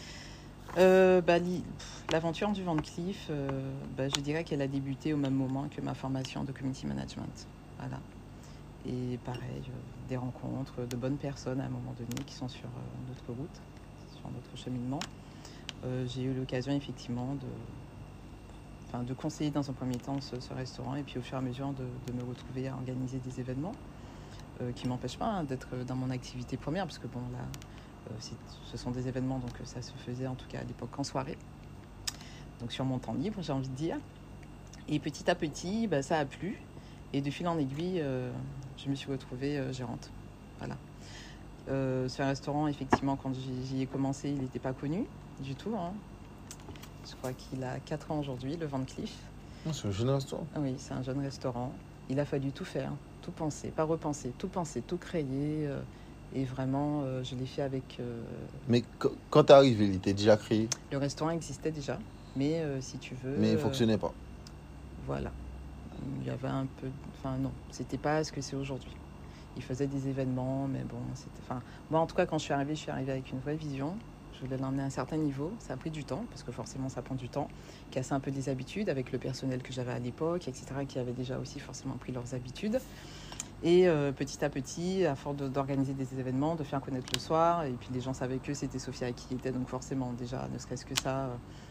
L'aventure du Van Cleef, je dirais qu'elle a débuté au même moment que ma formation de community management. Voilà. Et pareil, des rencontres de bonnes personnes à un moment donné qui sont sur notre route, sur notre cheminement. J'ai eu l'occasion effectivement de conseiller dans un premier temps ce restaurant et puis au fur et à mesure de me retrouver à organiser des événements qui ne m'empêchent pas d'être dans mon activité première parce que bon là, ce sont des événements donc ça se faisait en tout cas à l'époque en soirée. Donc sur mon temps libre, j'ai envie de dire. Et petit à petit, ça a plu. Et de fil en aiguille, je me suis retrouvée gérante. Voilà. C'est un restaurant, effectivement, quand j'y ai commencé, il n'était pas connu du tout. Hein. Je crois qu'il a 4 ans aujourd'hui, le Van Cleef. C'est un jeune restaurant. Oui, c'est un jeune restaurant. Il a fallu tout faire, tout penser, pas repenser, tout créer. Et vraiment, je l'ai fait avec... Mais quand tu es arrivé, il était déjà créé? Le restaurant existait déjà, mais si tu veux... Mais il ne fonctionnait pas. Voilà. Il y avait un peu... Enfin, non, c'était pas ce que c'est aujourd'hui. Il faisait des événements, mais bon, c'était... Enfin, moi, en tout cas, quand je suis arrivée avec une vraie vision. Je voulais l'emmener à un certain niveau. Ça a pris du temps, parce que forcément, ça prend du temps. Casser un peu des habitudes avec le personnel que j'avais à l'époque, etc., qui avait déjà aussi forcément pris leurs habitudes. Et petit à petit, à force d'organiser des événements, de faire connaître le soir, et puis les gens savaient que c'était Sophia qui était, donc forcément, déjà, ne serait-ce que ça,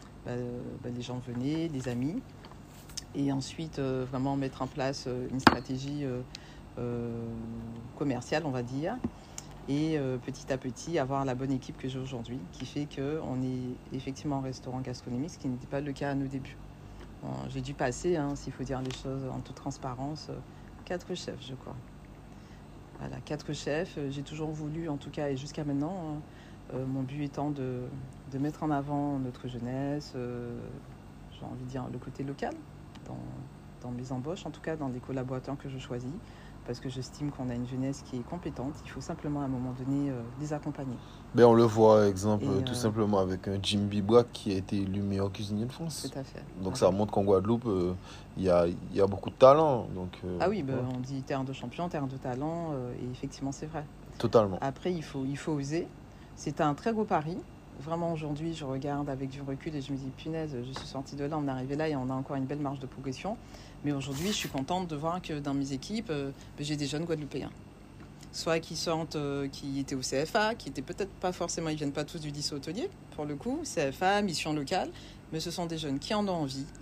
les gens venaient, les amis. Et ensuite, vraiment mettre en place une stratégie commerciale, on va dire. Et petit à petit, avoir la bonne équipe que j'ai aujourd'hui, qui fait qu'on est effectivement un restaurant gastronomique, ce qui n'était pas le cas à nos débuts. Bon, j'ai dû passer, s'il faut dire les choses en toute transparence, 4 chefs, je crois. Voilà, 4 chefs. J'ai toujours voulu, en tout cas, et jusqu'à maintenant, mon but étant de mettre en avant notre jeunesse, j'ai envie de dire le côté local, dans mes embauches, en tout cas dans les collaborateurs que je choisis, parce que j'estime qu'on a une jeunesse qui est compétente. Il faut simplement à un moment donné les accompagner. Ben on le voit, exemple, tout simplement avec un Jim Bibois qui a été élu meilleur cuisinier de France. Tout à fait. Donc ça montre qu'en Guadeloupe, il y a beaucoup de talent. Donc, ah oui, ouais. On dit terre de champion, terre de talent, et effectivement c'est vrai. Totalement. Après, il faut oser. C'est un très gros pari. Vraiment, aujourd'hui, je regarde avec du recul et je me dis, punaise, je suis sortie de là, on est arrivé là et on a encore une belle marge de progression. Mais aujourd'hui, je suis contente de voir que dans mes équipes, j'ai des jeunes Guadeloupéens. Soit qui sortent, qui étaient au CFA, qui étaient peut-être pas forcément, ils viennent pas tous du lycée hôtelier, pour le coup, CFA, mission locale, mais ce sont des jeunes qui en ont envie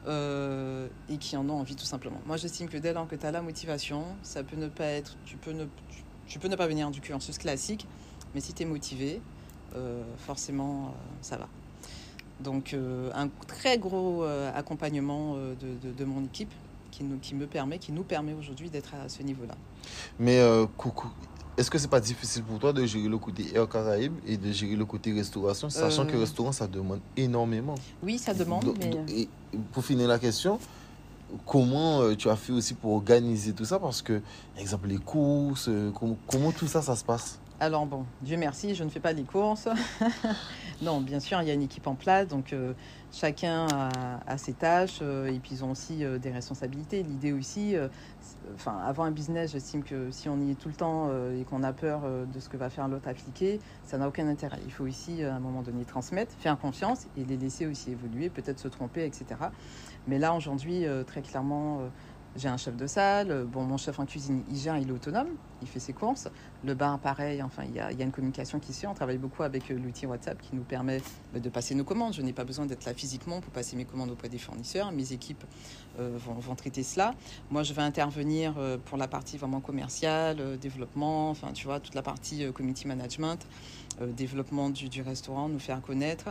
et qui en ont envie tout simplement. Moi, j'estime que dès lors que tu as la motivation, ça peut ne pas être, tu peux ne pas venir du cursus classique, mais si tu es motivé, forcément, ça va. Donc, un très gros accompagnement de mon équipe qui nous permet aujourd'hui d'être à ce niveau-là. Mais est-ce que c'est pas difficile pour toi de gérer le côté Air Caraïbes et de gérer le côté restauration, sachant que restaurant, ça demande énormément? Oui, ça demande, Et pour finir la question, comment tu as fait aussi pour organiser tout ça? Parce que, par exemple, les courses, comment tout ça se passe? Alors bon, Dieu merci, je ne fais pas les courses. Non, bien sûr, il y a une équipe en place, donc chacun a ses tâches et puis ils ont aussi des responsabilités. L'idée aussi, avoir un business, j'estime que si on y est tout le temps et qu'on a peur de ce que va faire l'autre appliquer, ça n'a aucun intérêt. Il faut aussi, à un moment donné, transmettre, faire confiance et les laisser aussi évoluer, peut-être se tromper, etc. Mais là, aujourd'hui, très clairement, j'ai un chef de salle. Bon, mon chef en cuisine, il gère, il est autonome, il fait ses courses. Le bar, pareil, enfin, il y a une communication qui se fait. On travaille beaucoup avec l'outil WhatsApp qui nous permet de passer nos commandes. Je n'ai pas besoin d'être là physiquement pour passer mes commandes auprès des fournisseurs. Mes équipes vont traiter cela. Moi, je vais intervenir pour la partie vraiment commerciale, développement, enfin, tu vois, toute la partie community management, développement du restaurant, nous faire connaître.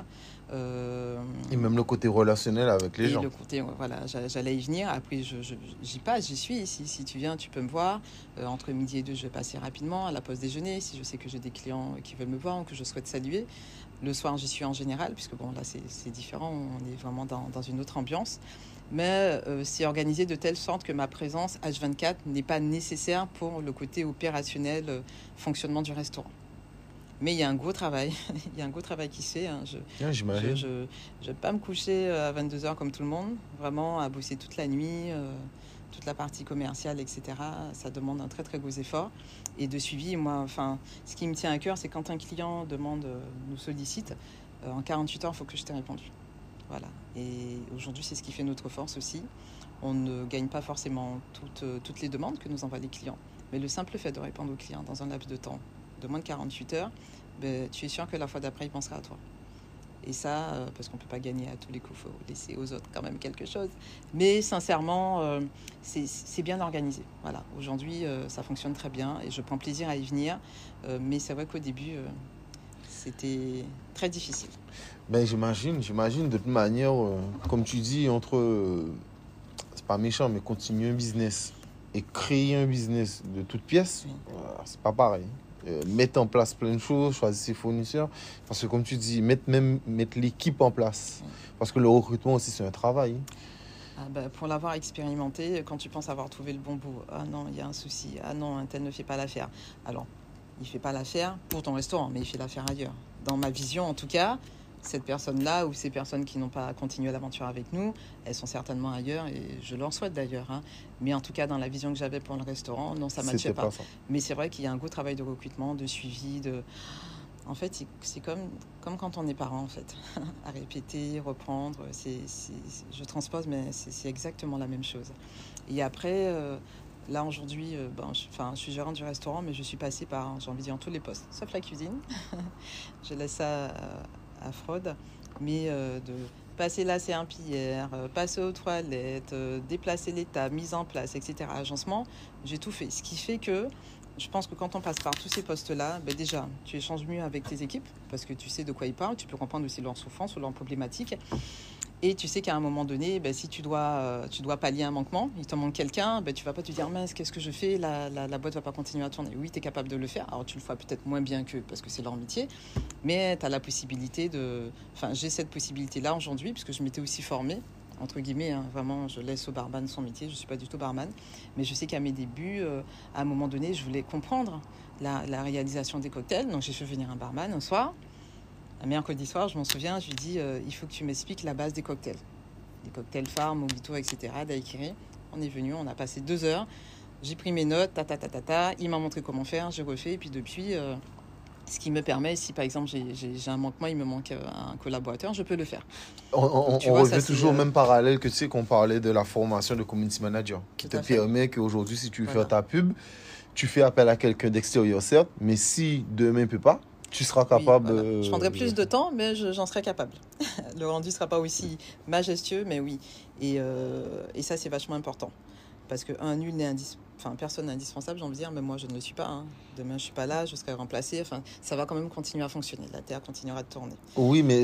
Et même le côté relationnel avec les gens. Le côté, voilà, j'allais y venir. Après, j'y passe, j'y suis. Si tu viens, tu peux me voir. Entre midi et 2, je vais passer rapidement à la pause déjeuner. Si je sais que j'ai des clients qui veulent me voir ou que je souhaite saluer. Le soir, j'y suis en général, puisque bon, là, c'est différent. On est vraiment dans une autre ambiance. Mais c'est organisé de telle sorte que ma présence H24 n'est pas nécessaire pour le côté opérationnel, fonctionnement du restaurant. Mais il y a un gros travail, il y a un gros travail qui se fait. Hein. Je ne vais pas me coucher à 22h comme tout le monde, vraiment à bosser toute la nuit, toute la partie commerciale, etc. Ça demande un très très gros effort et de suivi. Moi, ce qui me tient à cœur, c'est quand un client nous sollicite, en 48 heures, il faut que je t'ai répondu. Voilà. Et aujourd'hui, c'est ce qui fait notre force aussi. On ne gagne pas forcément toutes les demandes que nous envoient les clients, mais le simple fait de répondre aux clients dans un laps de temps de moins de 48 heures, tu es sûr que la fois d'après, il pensera à toi. Et ça, parce qu'on ne peut pas gagner à tous les coups, il faut laisser aux autres quand même quelque chose. Mais sincèrement, c'est bien organisé. Voilà. Aujourd'hui, ça fonctionne très bien et je prends plaisir à y venir. Mais c'est vrai qu'au début, c'était très difficile. J'imagine de toute manière, comme tu dis, c'est pas méchant, mais continuer un business et créer un business de toutes pièces, oui. C'est pas pareil. Mettre en place plein de choses, choisir ses fournisseurs, parce que comme tu dis, mettre l'équipe en place, parce que le recrutement aussi c'est un travail. Pour l'avoir expérimenté, quand tu penses avoir trouvé le bon bout, ah non, il y a un souci, ah non, un tel ne fait pas l'affaire. Alors, il ne fait pas l'affaire pour ton restaurant, mais il fait l'affaire ailleurs. Dans ma vision, en tout cas, cette personne-là ou ces personnes qui n'ont pas continué l'aventure avec nous, elles sont certainement ailleurs et je leur souhaite d'ailleurs. Hein. Mais en tout cas, dans la vision que j'avais pour le restaurant, non, ça ne matchait pas. Mais c'est vrai qu'il y a un gros travail de recrutement, de suivi, En fait, c'est comme quand on est parent, en fait. À répéter, reprendre, je transpose, mais c'est exactement la même chose. Et après... Là, aujourd'hui, je suis gérante du restaurant, mais je suis passée par, j'ai envie de dire, tous les postes, sauf la cuisine. Je laisse ça à Fraude. Mais de passer la serpillière, passer aux toilettes, déplacer les tables, mise en place, etc., agencement, j'ai tout fait. Ce qui fait que je pense que quand on passe par tous ces postes-là, déjà, tu échanges mieux avec tes équipes, parce que tu sais de quoi ils parlent, tu peux comprendre aussi leurs souffrances ou leurs problématiques. Et tu sais qu'à un moment donné, si tu dois pallier un manquement, il te manque quelqu'un, tu ne vas pas te dire « mince, qu'est-ce que je fais ? La boîte ne va pas continuer à tourner. » Oui, tu es capable de le faire. Alors, tu le feras peut-être moins bien qu'eux parce que c'est leur métier. Mais tu as la possibilité j'ai cette possibilité-là aujourd'hui puisque je m'étais aussi formée, entre guillemets. Hein, vraiment, je laisse au barman son métier. Je ne suis pas du tout barman. Mais je sais qu'à mes débuts, à un moment donné, je voulais comprendre la réalisation des cocktails. Donc, j'ai fait venir un barman un soir. Un mercredi soir, je m'en souviens, je lui dis il faut que tu m'expliques la base des cocktails. Les cocktails phares, mojito, etc., daiquiri. On est venu, on a passé 2 heures. J'ai pris mes notes, il m'a montré comment faire, j'ai refait. Et puis depuis, ce qui me permet, si par exemple j'ai un manquement, il me manque un collaborateur, je peux le faire. On revient toujours au même parallèle que tu sais qu'on parlait de la formation de community manager, qui te permet qu'aujourd'hui, si tu veux faire ta pub, tu fais appel à quelqu'un d'extérieur, certes, mais si demain ne peut pas, tu seras capable... Oui, voilà. Je prendrai plus de temps, mais j'en serai capable. Le rendu ne sera pas aussi majestueux, mais oui. Et ça, c'est vachement important. Parce que personne n'est indispensable, j'ai envie de dire, mais moi, je ne le suis pas. Hein. Demain, je ne suis pas là, je serai remplacée. Ça va quand même continuer à fonctionner. La Terre continuera de tourner. Oui, mais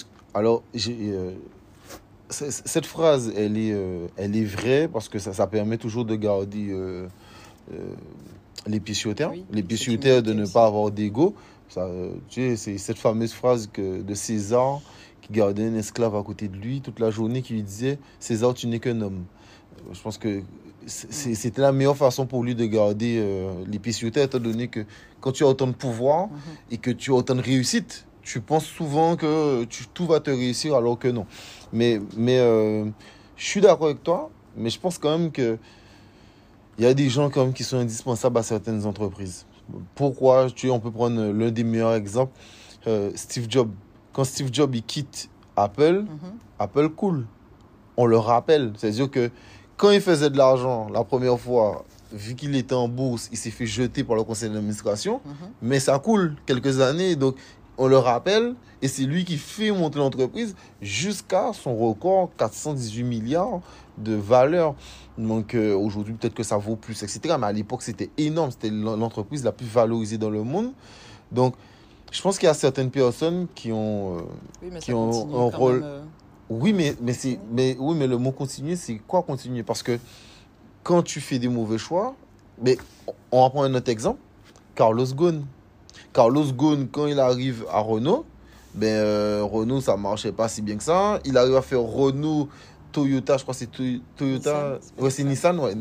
cette phrase, elle est vraie parce que ça permet toujours de garder les pieds sur terre. Oui, les pieds sur terre, de ne pas avoir d'ego. C'est cette fameuse phrase de César qui gardait un esclave à côté de lui toute la journée qui lui disait « César, tu n'es qu'un homme ». Je pense que c'était la meilleure façon pour lui de garder l'épée sur terre, étant donné que quand tu as autant de pouvoir et que tu as autant de réussite, tu penses souvent que tout va te réussir alors que non. Mais je suis d'accord avec toi, mais je pense quand même que il y a des gens quand même qui sont indispensables à certaines entreprises. Pourquoi? On peut prendre l'un des meilleurs exemples, Steve Jobs. Quand Steve Jobs il quitte Apple, Apple coule. On le rappelle. C'est-à-dire que quand il faisait de l'argent la première fois, vu qu'il était en bourse, il s'est fait jeter par le conseil d'administration. Mais ça coule quelques années. Donc, on le rappelle. Et c'est lui qui fait monter l'entreprise jusqu'à son record, 418 milliards de valeur. Donc, aujourd'hui, peut-être que ça vaut plus, etc. Mais à l'époque, c'était énorme. C'était l'entreprise la plus valorisée dans le monde. Donc, je pense qu'il y a certaines personnes qui ont, un rôle... Même, oui, mais le mot continuer, c'est quoi continuer? Parce que quand tu fais des mauvais choix, mais on va prendre un autre exemple, Carlos Ghosn. Carlos Ghosn, quand il arrive à Renault, Renault, ça ne marchait pas si bien que ça. Il arrive à faire Renault, Toyota, je crois que c'est Toyota. Ouais, c'est Nissan, ouais.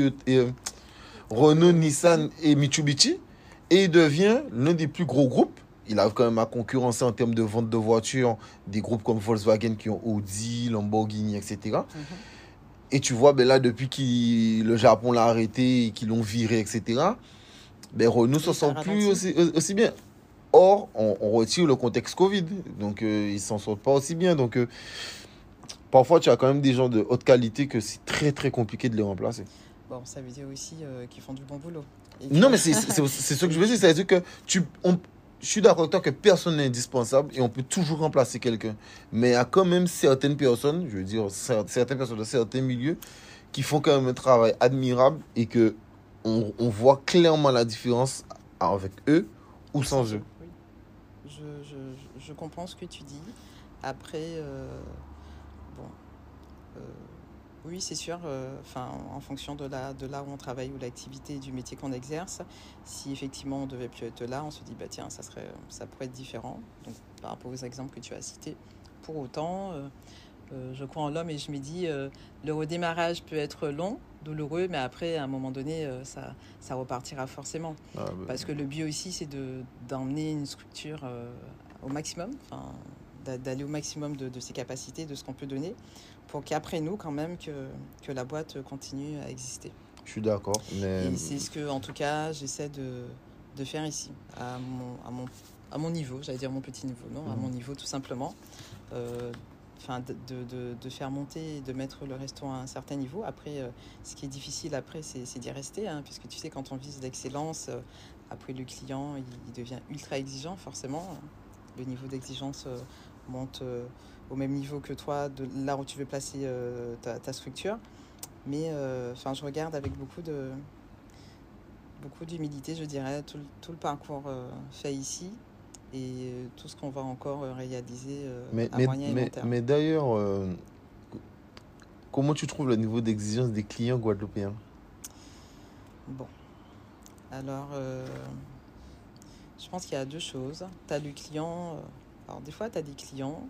Renault, Nissan et Mitsubishi. Et il devient l'un des plus gros groupes. Il arrive quand même à concurrencer en termes de vente de voitures des groupes comme Volkswagen qui ont Audi, Lamborghini, etc. Et tu vois, là, depuis que le Japon l'a arrêté et qu'ils l'ont viré, etc., Renault ne s'en sort plus aussi bien. Or, on retire le contexte Covid. Donc, ils ne s'en sortent pas aussi bien. Donc, parfois, tu as quand même des gens de haute qualité que c'est très, très compliqué de les remplacer. Bon, ça veut dire aussi qu'ils font du bon boulot. Non, mais c'est ce que je veux dire. C'est-à-dire que je suis d'accord avec toi que personne n'est indispensable et on peut toujours remplacer quelqu'un. Mais il y a quand même certaines personnes, je veux dire, certaines personnes de certains milieux qui font quand même un travail admirable et que on voit clairement la différence avec eux ou sans eux. Oui. Je comprends ce que tu dis. Après, oui, c'est sûr, en fonction de là où on travaille ou l'activité du métier qu'on exerce, si effectivement on ne devait plus être là, on se dit, tiens, ça pourrait être différent. Donc, par rapport aux exemples que tu as cités. Pour autant, je crois en l'homme et je me dis, le redémarrage peut être long, douloureux, mais après, à un moment donné, ça repartira forcément. Parce que le but aussi, c'est d'emmener une structure au maximum, d'aller au maximum de ses capacités, de ce qu'on peut donner, pour qu'après nous, quand même, que la boîte continue à exister. Je suis d'accord. Mais... Et c'est ce que, en tout cas, j'essaie de faire ici, à mon niveau, j'allais dire mon petit niveau, non, à mon niveau, tout simplement. De faire monter, de mettre le resto à un certain niveau. Après, ce qui est difficile après, c'est d'y rester, puisque tu sais, quand on vise l'excellence, après le client, il devient ultra exigeant, forcément. Le niveau d'exigence monte au même niveau que toi, de là où tu veux placer ta structure. Mais je regarde avec beaucoup d'humilité, je dirais, tout le parcours fait ici. Et tout ce qu'on va encore réaliser à moyen et long terme. Mais d'ailleurs, comment tu trouves le niveau d'exigence des clients guadeloupéens? Bon, alors, je pense qu'il y a deux choses. Tu as le client... alors, des fois, tu as des clients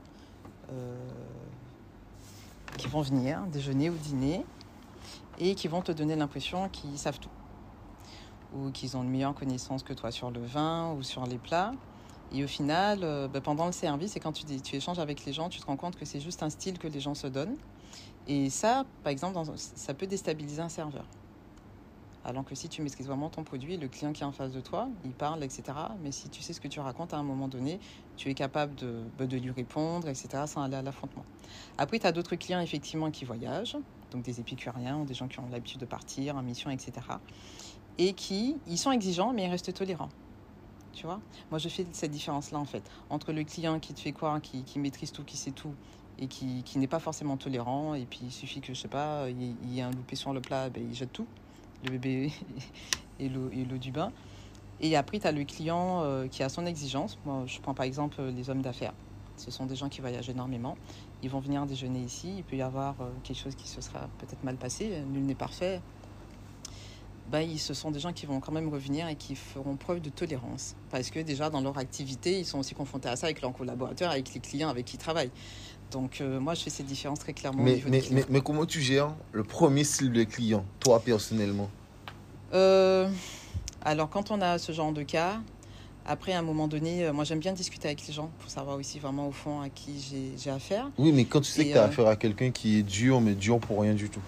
qui vont venir déjeuner ou dîner et qui vont te donner l'impression qu'ils savent tout. Ou qu'ils ont une meilleure connaissance que toi sur le vin ou sur les plats. Et au final, pendant le service, et quand tu échanges avec les gens, tu te rends compte que c'est juste un style que les gens se donnent. Et ça, par exemple, ça peut déstabiliser un serveur. Alors que si tu maîtrises vraiment ton produit, le client qui est en face de toi, il parle, etc. Mais si tu sais ce que tu racontes à un moment donné, tu es capable de lui répondre, etc., sans aller à l'affrontement. Après, tu as d'autres clients, effectivement, qui voyagent, donc des épicuriens ou des gens qui ont l'habitude de partir en mission, etc. Et ils sont exigeants, mais ils restent tolérants. Tu vois, moi je fais cette différence-là en fait entre le client qui te fait croire, qui maîtrise tout, qui sait tout et qui n'est pas forcément tolérant, et puis il suffit que je sais pas, il y ait un loupé sur le plat, il jette tout, le bébé et l'eau du bain. Et après tu as le client qui a son exigence. Moi je prends par exemple les hommes d'affaires. Ce sont des gens qui voyagent énormément. Ils vont venir déjeuner ici. Il peut y avoir quelque chose qui se sera peut-être mal passé. Nul n'est parfait. Ce sont des gens qui vont quand même revenir et qui feront preuve de tolérance. Parce que déjà, dans leur activité, ils sont aussi confrontés à ça avec leurs collaborateurs, avec les clients avec qui ils travaillent. Donc, moi, je fais cette différence très clairement au Mais, niveau des mais, clients. mais comment tu gères le premier style de client, toi personnellement? Euh, alors, quand on a ce genre de cas, après, à un moment donné, moi, j'aime bien discuter avec les gens pour savoir aussi vraiment au fond à qui j'ai affaire. Oui, mais quand tu sais que Et tu as affaire à quelqu'un qui est dur, mais dur pour rien du tout.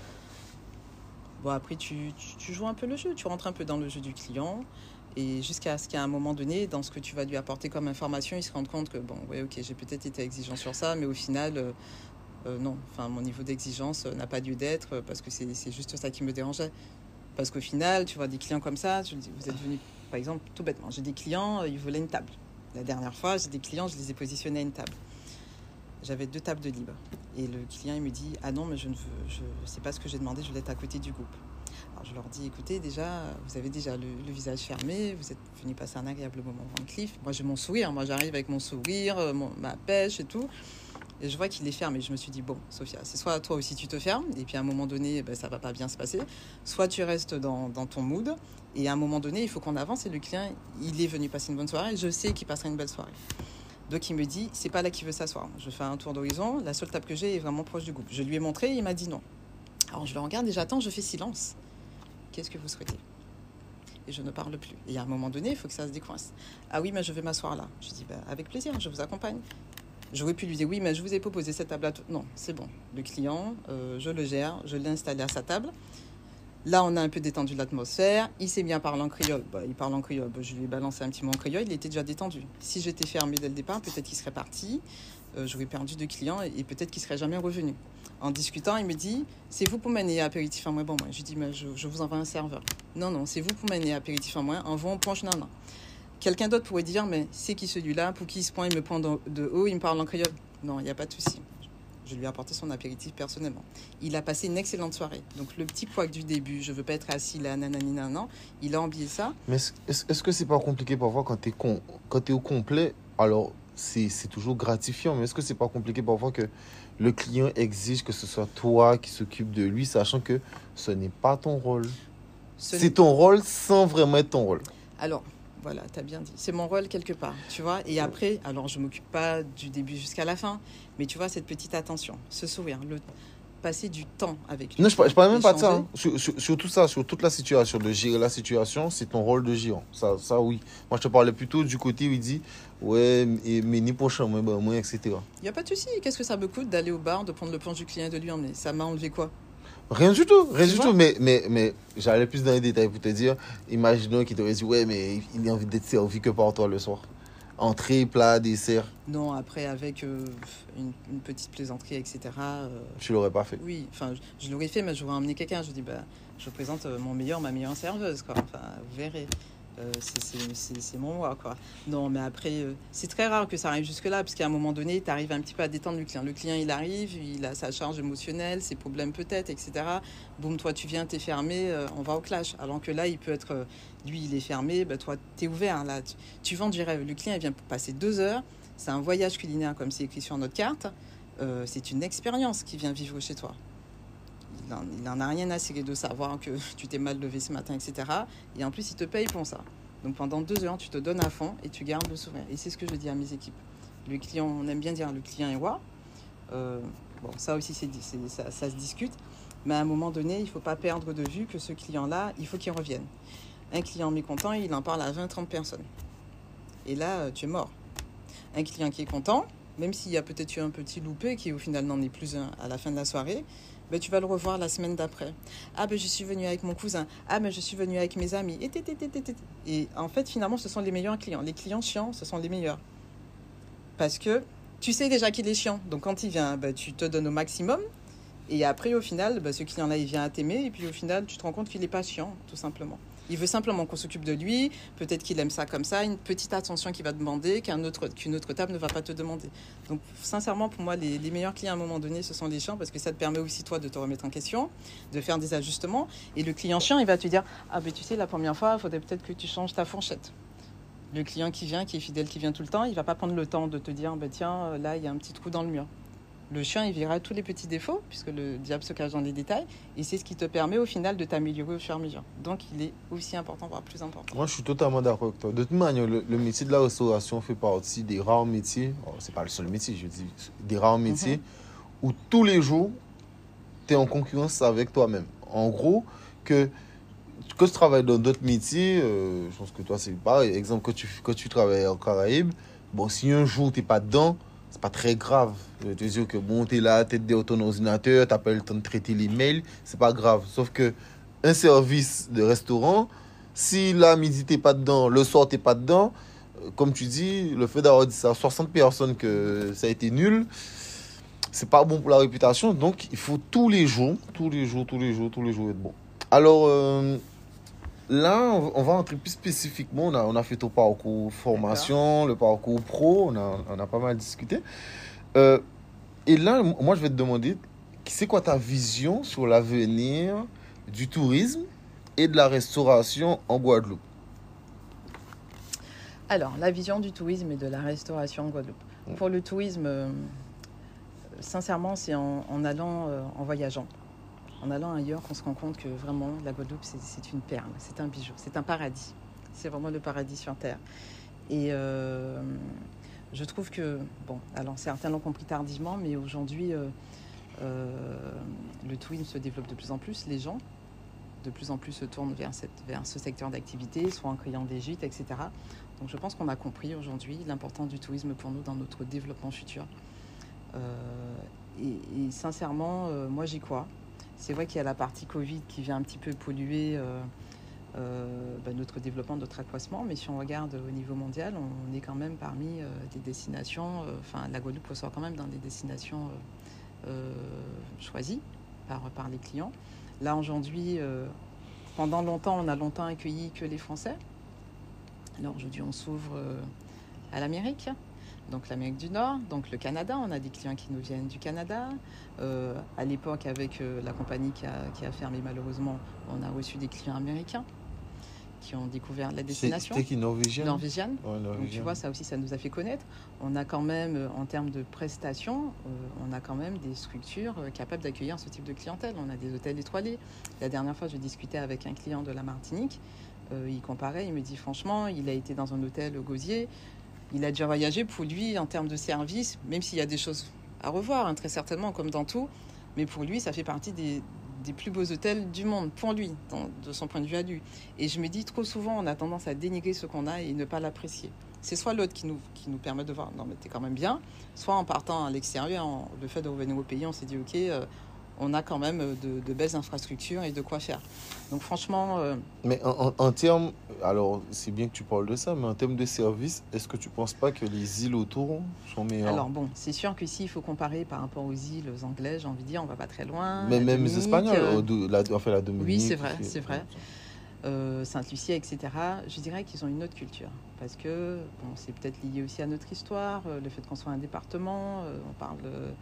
bon, après, tu joues un peu le jeu, tu rentres un peu dans le jeu du client. Et jusqu'à ce qu'à un moment donné, dans ce que tu vas lui apporter comme information, il se rende compte que, bon, ouais, ok, j'ai peut-être été exigeant sur ça, mais au final, non. Enfin, mon niveau d'exigence n'a pas lieu d'être parce que c'est juste ça qui me dérangeait. Parce qu'au final, tu vois, des clients comme ça, je dis, vous êtes venus, par exemple, tout bêtement, j'ai des clients, ils voulaient une table. La dernière fois, j'ai des clients, je les ai positionnés à une table. J'avais 2 tables de libre. Et le client, il me dit, ah non, mais je ne veux, je sais pas ce que j'ai demandé, je voulais être à côté du groupe. Alors je leur dis, écoutez, déjà, vous avez déjà le visage fermé, vous êtes venus passer un agréable moment Van Cleef. Moi, j'ai mon sourire, moi j'arrive avec mon sourire, ma pêche et tout. Et je vois qu'il est fermé. Je me suis dit, bon, Sophia, c'est soit toi aussi tu te fermes, et puis à un moment donné, ben, ça va pas bien se passer, soit tu restes dans ton mood, et à un moment donné, il faut qu'on avance, et le client, il est venu passer une bonne soirée, je sais qu'il passera une belle soirée. Donc il me dit, c'est pas là qu'il veut s'asseoir. Je fais un tour d'horizon, la seule table que j'ai est vraiment proche du groupe. Je lui ai montré, il m'a dit non. Alors je le regarde et j'attends, je fais silence. Qu'est-ce que vous souhaitez? Et je ne parle plus. Et à un moment donné, il faut que ça se décoince. Ah oui, mais je vais m'asseoir là. Je dis, bah, avec plaisir, je vous accompagne. J'aurais pu lui dire, oui, mais je vous ai proposé cette table à tout. Non, c'est bon. Le client, je le gère, je l'ai installé à sa table. Là, on a un peu détendu l'atmosphère. Il s'est mis à parler en créole. Bah, il parle en créole. Bah, je lui ai balancé un petit mot en créole. Il était déjà détendu. Si j'étais fermée dès le départ, peut-être qu'il serait parti. J'aurais perdu 2 clients et peut-être qu'il ne serait jamais revenu. En discutant, il me dit, c'est vous pour m'amener à apéritif en moins. Bon, moi, je dis, mais je vous envoie un serveur. Non, non, c'est vous pour m'amener à apéritif en moins. En vent, on penche, non, non. Quelqu'un d'autre pourrait dire, mais c'est qui celui-là? Pour qui il se prend, il me prend de haut, il me parle en créole. Non, il n'y a pas de souci. Je lui ai apporté son apéritif personnellement. Il a passé une excellente soirée. Donc le petit couac du début, je veux pas être assis là, nanani, nanan, il a oublié ça. Mais est-ce que c'est pas compliqué parfois quand t'es au complet? Alors, c'est toujours gratifiant, mais est-ce que c'est pas compliqué parfois que le client exige que ce soit toi qui s'occupe de lui, sachant que ce n'est pas ton rôle? C'est ton rôle sans vraiment être ton rôle. Alors, voilà, tu as bien dit. C'est mon rôle quelque part, tu vois. Et après, alors je ne m'occupe pas du début jusqu'à la fin, mais tu vois, cette petite attention, ce sourire, passer du temps avec lui. Non, je parle même pas de ça. Hein. Sur tout ça, sur toute la situation, de gérer la situation, c'est ton rôle de gérant. Ça, oui. Moi, je te parlais plutôt du côté où il dit, ouais, mais ni prochain, moi, etc. Il n'y a pas de souci. Qu'est-ce que ça me coûte d'aller au bar, de prendre le planche du client et de lui emmener? Ça m'a enlevé quoi? Rien du tout, rien du tout. Mais j'allais plus dans les détails pour te dire, imaginons qu'il t'aurait dit, ouais, mais il a envie d'être servi que par toi le soir. Entrée, plat, dessert. Non, après, avec une petite plaisanterie, etc. Tu l'aurais pas fait. Oui, enfin, je l'aurais fait, mais j'aurais emmené quelqu'un. Je dis, bah, je présente ma meilleure serveuse, quoi. Enfin, vous verrez. C'est mon moi, quoi. Non, mais après, c'est très rare que ça arrive jusque-là, parce qu'à un moment donné, tu arrives un petit peu à détendre le client. Le client, il arrive, il a sa charge émotionnelle, ses problèmes peut-être, etc. Boum, toi, tu viens, t'es fermé, on va au clash. Alors que là, il peut être, lui, il est fermé, bah, toi, t'es ouvert. Là, tu vends du rêve. Le client, il vient pour passer 2 heures. C'est un voyage culinaire, comme c'est écrit sur notre carte. C'est une expérience qu'il vient vivre chez toi. Il n'en a rien à cirer de savoir que tu t'es mal levé ce matin, etc. Et en plus, il te paye pour ça. Donc pendant 2 heures, tu te donnes à fond et tu gardes le sourire. Et c'est ce que je dis à mes équipes. Le client, on aime bien dire le client est roi. Bon, ça aussi, ça se discute. Mais à un moment donné, il ne faut pas perdre de vue que ce client-là, il faut qu'il revienne. Un client mécontent, il en parle à 20-30 personnes. Et là, tu es mort. Un client qui est content, même s'il y a peut-être eu un petit loupé qui au final n'en est plus un à la fin de la soirée, ben, tu vas le revoir la semaine d'après. Ah ben je suis venue avec mon cousin. Ah ben je suis venue avec mes amis. Et en fait, finalement, ce sont les meilleurs clients. Les clients chiants, ce sont les meilleurs. Parce que tu sais déjà qu'il est chiant. Donc quand il vient, ben, tu te donnes au maximum. Et après, au final, ben, ce client-là, il vient à t'aimer. Et puis au final, tu te rends compte qu'il n'est pas chiant, tout simplement. Il veut simplement qu'on s'occupe de lui. Peut-être qu'il aime ça comme ça. Une petite attention qu'il va demander qu'une autre table ne va pas te demander. Donc, sincèrement, pour moi, les meilleurs clients à un moment donné, ce sont les chiants parce que ça te permet aussi, toi, de te remettre en question, de faire des ajustements. Et le client chiant, il va te dire « Ah, ben tu sais, la première fois, il faudrait peut-être que tu changes ta fourchette. » Le client qui vient, qui est fidèle, qui vient tout le temps, il ne va pas prendre le temps de te dire bah, « Tiens, là, il y a un petit trou dans le mur. » le chien, il verra tous les petits défauts, puisque le diable se cache dans les détails, et c'est ce qui te permet au final de t'améliorer au fur et à mesure. Donc, il est aussi important, voire plus important. Moi, je suis totalement d'accord avec toi. De toute manière, le métier de la restauration fait partie des rares métiers, c'est pas le seul métier, je dis, des rares métiers où tous les jours, tu es en concurrence avec toi-même. En gros, que tu travailles dans d'autres métiers, je pense que toi, c'est pareil. Exemple, quand tu travailles en Caraïbes, bon, si un jour, tu n'es pas dedans, c'est pas très grave. Je veux te dire que bon, tu es là, tu es derrière ton ordinateur, tu n'as pas le temps de traiter les mails, c'est pas grave. Sauf que un service de restaurant, si là, midi, tu n'es pas dedans, le soir, tu n'es pas dedans, comme tu dis, le fait d'avoir dit ça à 60 personnes que ça a été nul, c'est pas bon pour la réputation. Donc, il faut tous les jours être bon. Alors, là, on va entrer plus spécifiquement. On a fait ton parcours formation, le parcours pro, on a pas mal discuté. Et là, moi, je vais te demander, c'est quoi ta vision sur l'avenir du tourisme et de la restauration en Guadeloupe? Alors, la vision du tourisme et de la restauration en Guadeloupe. Pour le tourisme, sincèrement, c'est en allant, en voyageant. En allant ailleurs qu'on se rend compte que vraiment, la Guadeloupe, c'est une perle, c'est un bijou, c'est un paradis. C'est vraiment le paradis sur Terre. Et je trouve que, bon, alors certains l'ont compris tardivement, mais aujourd'hui, le tourisme se développe de plus en plus. Les gens, de plus en plus, se tournent vers ce secteur d'activité, soit en créant des gîtes, etc. Donc je pense qu'on a compris aujourd'hui l'importance du tourisme pour nous dans notre développement futur. Et sincèrement, moi j'y crois. C'est vrai qu'il y a la partie Covid qui vient un petit peu polluer notre développement, notre accroissement, mais si on regarde au niveau mondial, on est quand même parmi des destinations, la Guadeloupe ressort quand même dans des destinations choisies par les clients. Là aujourd'hui, pendant longtemps, on a longtemps accueilli que les Français. Alors aujourd'hui, on s'ouvre à l'Amérique. Donc l'Amérique du Nord, donc le Canada, on a des clients qui nous viennent du Canada. À l'époque, avec la compagnie qui a fermé malheureusement, on a reçu des clients américains qui ont découvert la destination. C'était qui, norvégienne? Norvégienne. Ouais, norvégienne. Donc tu vois, ça aussi, ça nous a fait connaître. On a quand même, en termes de prestations, on a quand même des structures capables d'accueillir ce type de clientèle. On a des hôtels étoilés. La dernière fois, je discutais avec un client de la Martinique. Il comparait, il me dit franchement, il a été dans un hôtel au Gosier. Il a déjà voyagé. Pour lui, en termes de service, même s'il y a des choses à revoir, très certainement, comme dans tout, mais pour lui, ça fait partie des plus beaux hôtels du monde, pour lui, de son point de vue à lui. Et je me dis, trop souvent, on a tendance à dénigrer ce qu'on a et ne pas l'apprécier. C'est soit l'autre qui nous permet de voir, non mais t'es quand même bien, soit en partant à l'extérieur, le fait de revenir au pays, on s'est dit, ok, on a quand même de belles infrastructures et de quoi faire. Donc franchement... Mais en termes... Alors, c'est bien que tu parles de ça, mais en termes de service, est-ce que tu ne penses pas que les îles autour sont meilleures? Alors bon, c'est sûr que s'il faut comparer par rapport aux îles anglaises, j'ai envie de dire, on ne va pas très loin. Mais même les Espagnols, la Dominique... Oui, c'est vrai, c'est vrai. Sainte-Lucie, etc., je dirais qu'ils ont une autre culture. Parce que bon, c'est peut-être lié aussi à notre histoire, le fait qu'on soit un département, on parle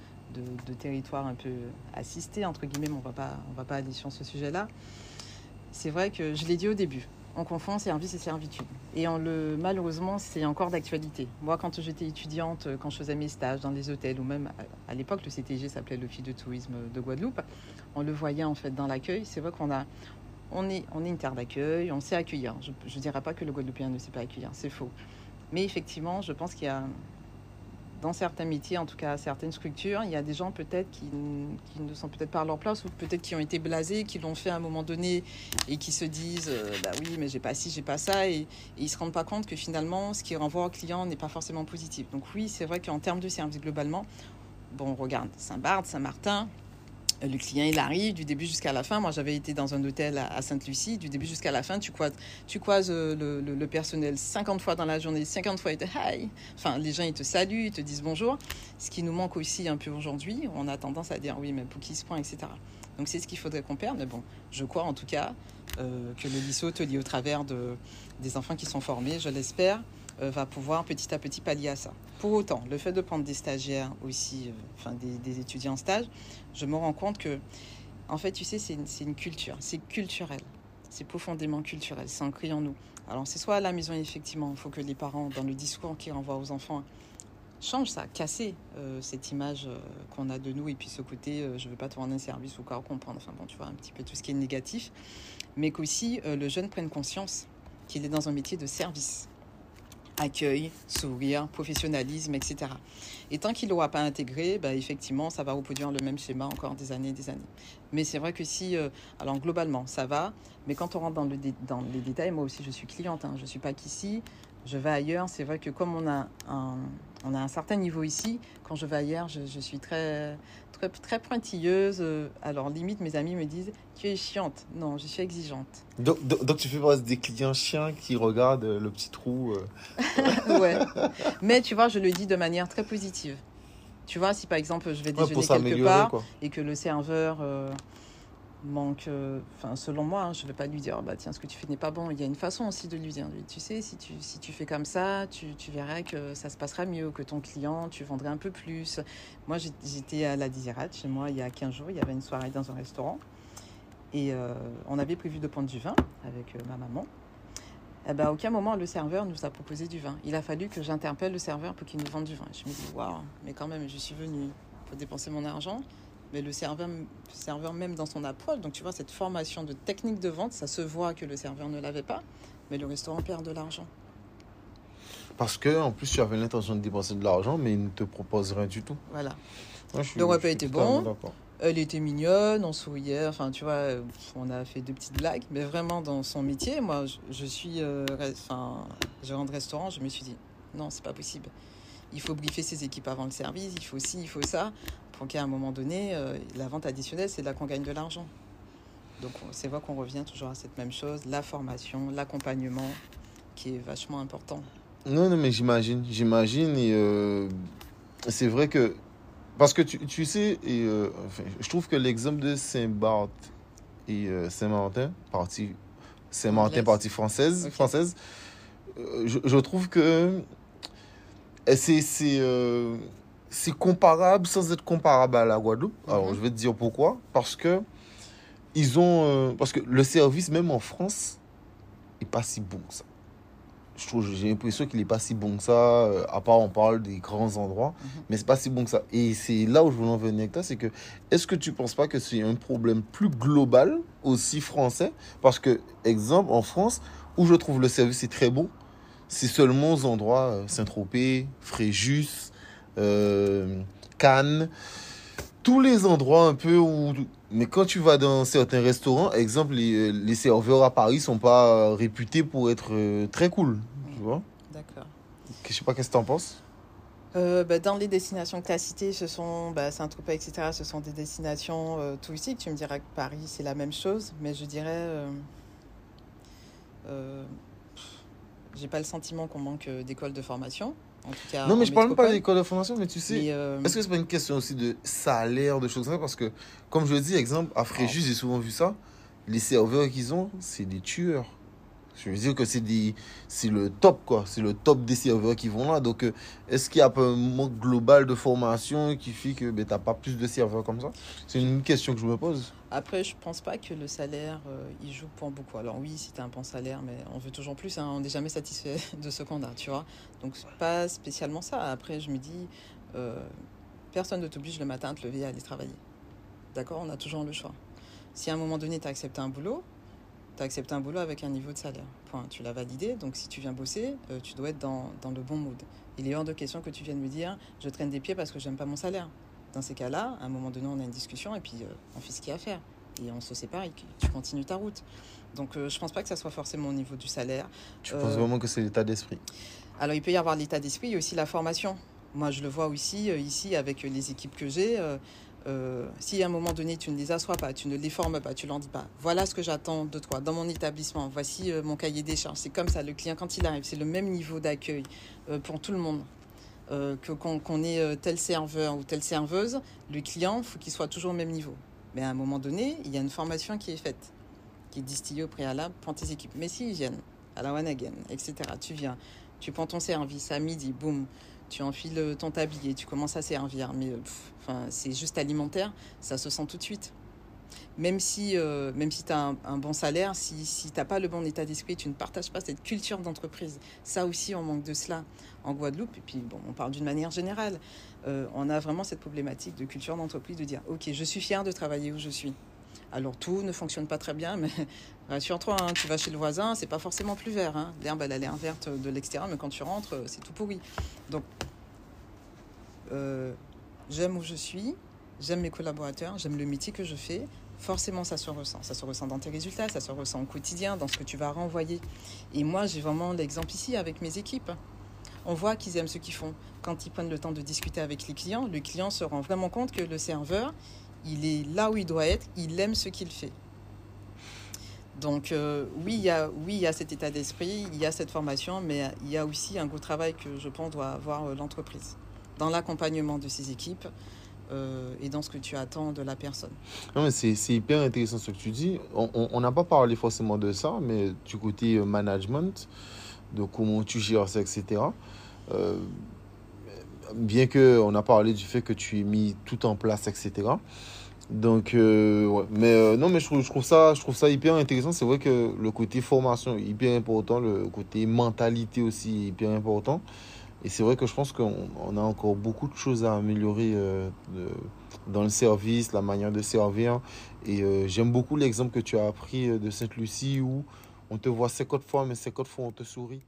de territoire un peu assisté, entre guillemets, mais on va pas aller sur ce sujet-là. C'est vrai que je l'ai dit au début, on confond service et servitude. Et malheureusement, c'est encore d'actualité. Moi, quand j'étais étudiante, quand je faisais mes stages dans les hôtels, ou même à l'époque, le CTG s'appelait l'Office de tourisme de Guadeloupe, on le voyait en fait dans l'accueil. C'est vrai on est une terre d'accueil, on sait accueillir. Je ne dirais pas que le Guadeloupéen ne sait pas accueillir, c'est faux. Mais effectivement, je pense qu'il y a, dans certains métiers, en tout cas certaines structures, il y a des gens peut-être qui ne sont peut-être pas à leur place ou peut-être qui ont été blasés, qui l'ont fait à un moment donné et qui se disent bah oui, mais j'ai pas ci, j'ai pas ça, et ils se rendent pas compte que finalement, ce qui renvoie au client n'est pas forcément positif. Donc oui, c'est vrai qu'en termes de service globalement, bon, on regarde Saint-Barth, Saint-Martin. Le client, il arrive du début jusqu'à la fin. Moi, j'avais été dans un hôtel à Sainte-Lucie. Du début jusqu'à la fin, tu croises le personnel 50 fois dans la journée. 50 fois, ils te hi. Enfin, les gens, ils te saluent, ils te disent bonjour. Ce qui nous manque aussi un peu aujourd'hui. On a tendance à dire oui, mais pour qui se prend, etc. Donc, c'est ce qu'il faudrait qu'on perde. Mais bon, je crois en tout cas que le lycée hôtelier, au travers des enfants qui sont formés, je l'espère, va pouvoir petit à petit pallier à ça. Pour autant, le fait de prendre des stagiaires aussi, des étudiants en stage, je me rends compte que, en fait, tu sais, c'est une culture, c'est culturel, c'est profondément culturel, c'est ancré en nous. Alors, c'est soit à la maison, effectivement, il faut que les parents, dans le discours qu'ils renvoient aux enfants, change, ça a cassé cette image qu'on a de nous et puis ce côté je veux pas te rendre un service ou quoi comprendre, enfin bon, tu vois, un petit peu tout ce qui est négatif, mais qu'aussi le jeune prenne conscience qu'il est dans un métier de service. Accueil, sourire, professionnalisme, etc. Et tant qu'il ne l'aura pas intégré, effectivement, ça va reproduire le même schéma encore des années et des années. Mais c'est vrai que si, alors globalement, ça va, mais quand on rentre dans les détails, moi aussi je suis cliente, je ne suis pas qu'ici, je vais ailleurs. C'est vrai que comme on a un certain niveau ici, quand je vais ailleurs, je suis très, très, très pointilleuse. Alors limite, mes amis me disent, tu es chiante. Non, je suis exigeante. Donc tu fais partie des clients chiens qui regardent le petit trou. Ouais. Mais tu vois, je le dis de manière très positive. Tu vois, si par exemple je vais déjeuner pour quelque s'améliorer, part quoi. et que le serveur manque, selon moi, je ne vais pas lui dire, tiens, ce que tu fais n'est pas bon. Il y a une façon aussi de lui dire, tu sais, si tu fais comme ça, tu verrais que ça se passera mieux, que ton client, tu vendrais un peu plus. Moi, j'étais à la Désirade, chez moi, il y a 15 jours, il y avait une soirée dans un restaurant. Et on avait prévu de prendre du vin avec ma maman. À aucun moment, le serveur nous a proposé du vin. Il a fallu que j'interpelle le serveur pour qu'il nous vende du vin. Je me dis, waouh, mais quand même, je suis venue pour dépenser mon argent. Mais le serveur même dans son approche, donc tu vois, cette formation de technique de vente, ça se voit que le serveur ne l'avait pas, mais le restaurant perd de l'argent. Parce que en plus, tu avais l'intention de dépenser de l'argent, mais il ne te propose rien du tout. Voilà. Moi, Le repas était bon. D'accord. Elle était mignonne, on souriait, enfin tu vois, on a fait 2 petites blagues, mais vraiment dans son métier, moi je suis gérant de restaurant, je me suis dit non, c'est pas possible. Il faut briefer ses équipes avant le service, il faut ci, il faut ça, pour qu'à un moment donné, la vente additionnelle, c'est là qu'on gagne de l'argent. Donc c'est vrai qu'on revient toujours à cette même chose, la formation, l'accompagnement, qui est vachement important. Non, mais j'imagine, et c'est vrai que parce que tu sais, je trouve que l'exemple de Saint-Barth et Saint-Martin, partie française, Okay. je trouve que c'est comparable sans être comparable à la Guadeloupe. Alors, je vais te dire pourquoi. Parce que parce que le service, même en France, est pas si bon que ça. J'ai l'impression qu'il est pas si bon que ça, à part on parle des grands endroits, mais c'est pas si bon que ça. Et c'est là où je voulais en venir avec toi, c'est que est-ce que tu penses pas que c'est un problème plus global, aussi français? Parce que, exemple, en France, où je trouve le service est très bon, c'est seulement aux endroits Saint-Tropez, Fréjus, Cannes, tous les endroits un peu où... Mais quand tu vas dans certains restaurants, exemple, les serveurs à Paris sont pas réputés pour être très cool, tu vois. D'accord. Je sais pas, qu'est-ce que t'en penses? Dans les destinations que tu as citées, ce sont Saint-Tropez, etc. Ce sont des destinations touristiques. Tu me diras que Paris, c'est la même chose, mais je dirais... j'ai pas le sentiment qu'on manque d'écoles de formation. En tout cas, Non, mais en je parle même pas métropole. d'école de formation, mais tu sais, Mais, est-ce que c'est pas une question aussi de salaire, de choses comme ça? Parce que, comme je le dis, exemple, à Fréjus, j'ai souvent vu ça, les serveurs qu'ils ont, c'est des tueurs. Je veux dire que c'est le top, quoi. C'est le top des serveurs qui vont là. Donc, est-ce qu'il y a pas un manque global de formation qui fait que t'as pas plus de serveurs comme ça? C'est une question que je me pose. après, je pense pas que le salaire, il joue pour beaucoup. Alors oui, si tu as un bon salaire, mais on veut toujours plus, on n'est jamais satisfait de ce qu'on a, tu vois. Donc, c'est pas spécialement ça. Après, je me dis, euh, personne ne t'oblige le matin à te lever et à aller travailler. D'accord? On a toujours le choix. Si à un moment donné, tu as accepté un boulot, tu as accepté un boulot avec un niveau de salaire. Point. Tu l'as validé, donc si tu viens bosser, tu dois être dans le bon mood. Il est hors de question que tu viennes me dire, je traîne des pieds parce que j'aime pas mon salaire. Dans ces cas-là, à un moment donné, on a une discussion et puis on fait ce qu'il y a à faire. Et on se sépare et tu continues ta route. Donc je pense pas que ça soit forcément au niveau du salaire. Tu penses vraiment que c'est l'état d'esprit? Alors il peut y avoir l'état d'esprit et aussi la formation. Moi je le vois aussi ici avec les équipes que j'ai. Si à un moment donné tu ne les assois pas, tu ne les formes pas, tu leur dis pas, voilà ce que j'attends de toi dans mon établissement, voici mon cahier des charges. C'est comme ça, le client quand il arrive, c'est le même niveau d'accueil pour tout le monde. Qu'on ait tel serveur ou telle serveuse, le client, il faut qu'il soit toujours au même niveau. Mais à un moment donné, il y a une formation qui est faite, qui est distillée au préalable pour tes équipes. Mais s'ils viennent à la one again, etc., tu viens, tu prends ton service à midi, boum, tu enfiles ton tablier, tu commences à servir, mais c'est juste alimentaire, ça se sent tout de suite. Même si tu as un bon salaire, si tu n'as pas le bon état d'esprit, tu ne partages pas cette culture d'entreprise. Ça aussi, on manque de cela en Guadeloupe. Et puis, bon, on parle d'une manière générale. On a vraiment cette problématique de culture d'entreprise, de dire, OK, je suis fier de travailler où je suis. Alors, tout ne fonctionne pas très bien, mais rassure-toi, hein, tu vas chez le voisin, c'est pas forcément plus vert. Hein. L'herbe, elle a l'air verte de l'extérieur, mais quand tu rentres, c'est tout pourri. Donc, j'aime où je suis, j'aime mes collaborateurs, j'aime le métier que je fais. Forcément, ça se ressent. Ça se ressent dans tes résultats, ça se ressent au quotidien, dans ce que tu vas renvoyer. Et moi, j'ai vraiment l'exemple ici avec mes équipes. On voit qu'ils aiment ce qu'ils font. Quand ils prennent le temps de discuter avec les clients, le client se rend vraiment compte que le serveur, il est là où il doit être, il aime ce qu'il fait. Donc oui, il y a cet état d'esprit, il y a cette formation, mais il y a aussi un gros travail que je pense doit avoir l'entreprise dans l'accompagnement de ses équipes et dans ce que tu attends de la personne. Non, mais c'est hyper intéressant ce que tu dis. On n'a pas parlé forcément de ça, mais du côté management, de comment tu gères ça, etc. Euh, Bien qu'on a parlé du fait que tu aies mis tout en place, etc. Donc, ouais. Mais non, mais je trouve ça hyper intéressant. C'est vrai que le côté formation est hyper important, le côté mentalité aussi est hyper important. Et c'est vrai que je pense qu'on a encore beaucoup de choses à améliorer dans le service, la manière de servir. Et j'aime beaucoup l'exemple que tu as appris de Sainte-Lucie où on te voit 50 fois, mais 50 fois on te sourit.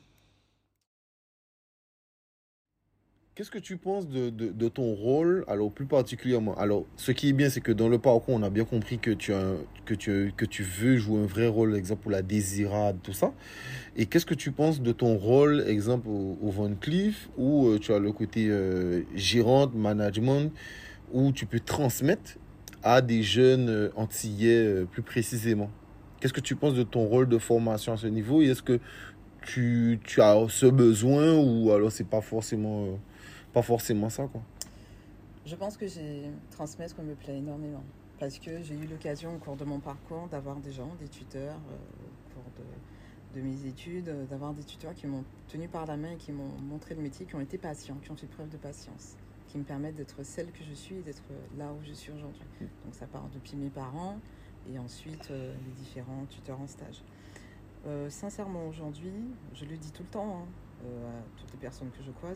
Qu'est-ce que tu penses de ton rôle, alors plus particulièrement? Alors, ce qui est bien, c'est que dans le parcours, on a bien compris que que tu veux jouer un vrai rôle, exemple pour la désirade, tout ça. Et qu'est-ce que tu penses de ton rôle, exemple au Van Cleef, où tu as le côté gérante, management, où tu peux transmettre à des jeunes antillais plus précisément? Qu'est-ce que tu penses de ton rôle de formation à ce niveau? Et est-ce que tu as ce besoin ou alors c'est pas forcément ça, quoi? Je pense que j'ai transmettre me plaît énormément parce que j'ai eu l'occasion au cours de mon parcours d'avoir des gens, des tuteurs au cours de mes études, d'avoir des tuteurs qui m'ont tenu par la main et qui m'ont montré le métier, qui ont été patients, qui ont fait preuve de patience, qui me permettent d'être celle que je suis et d'être là où je suis aujourd'hui. Donc ça part depuis mes parents et ensuite les différents tuteurs en stage. Sincèrement aujourd'hui, je le dis tout le temps à toutes les personnes que je croise,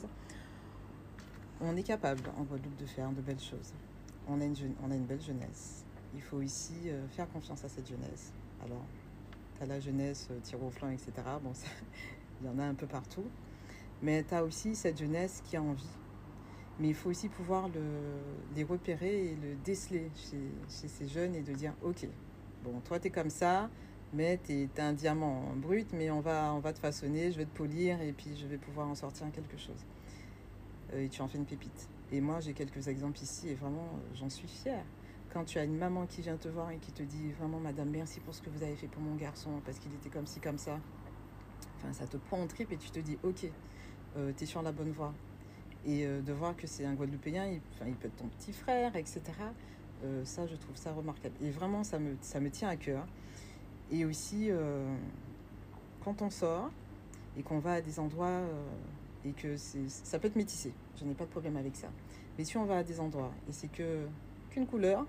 on est capable en Guadeloupe de faire de belles choses. On a une belle jeunesse. Il faut aussi faire confiance à cette jeunesse. Alors, tu as la jeunesse tir au flanc, etc. Bon, ça, il y en a un peu partout. Mais tu as aussi cette jeunesse qui a envie. Mais il faut aussi pouvoir les repérer et le déceler chez ces jeunes et de dire, OK, bon, toi, tu es comme ça, mais tu es un diamant brut, mais on va te façonner, je vais te polir et puis je vais pouvoir en sortir quelque chose. Et tu en fais une pépite. Et moi, j'ai quelques exemples ici et vraiment, j'en suis fière. Quand tu as une maman qui vient te voir et qui te dit vraiment, madame, merci pour ce que vous avez fait pour mon garçon parce qu'il était comme ci, comme ça. Enfin, ça te prend en trip et tu te dis, ok, t'es sur la bonne voie. Et de voir que c'est un Guadeloupéen, il peut être ton petit frère, etc. Ça, je trouve ça remarquable. Et vraiment, ça me tient à cœur. Et aussi, quand on sort et qu'on va à des endroits et que ça peut être métissé, je n'ai pas de problème avec ça. Mais si on va à des endroits et c'est qu'une couleur,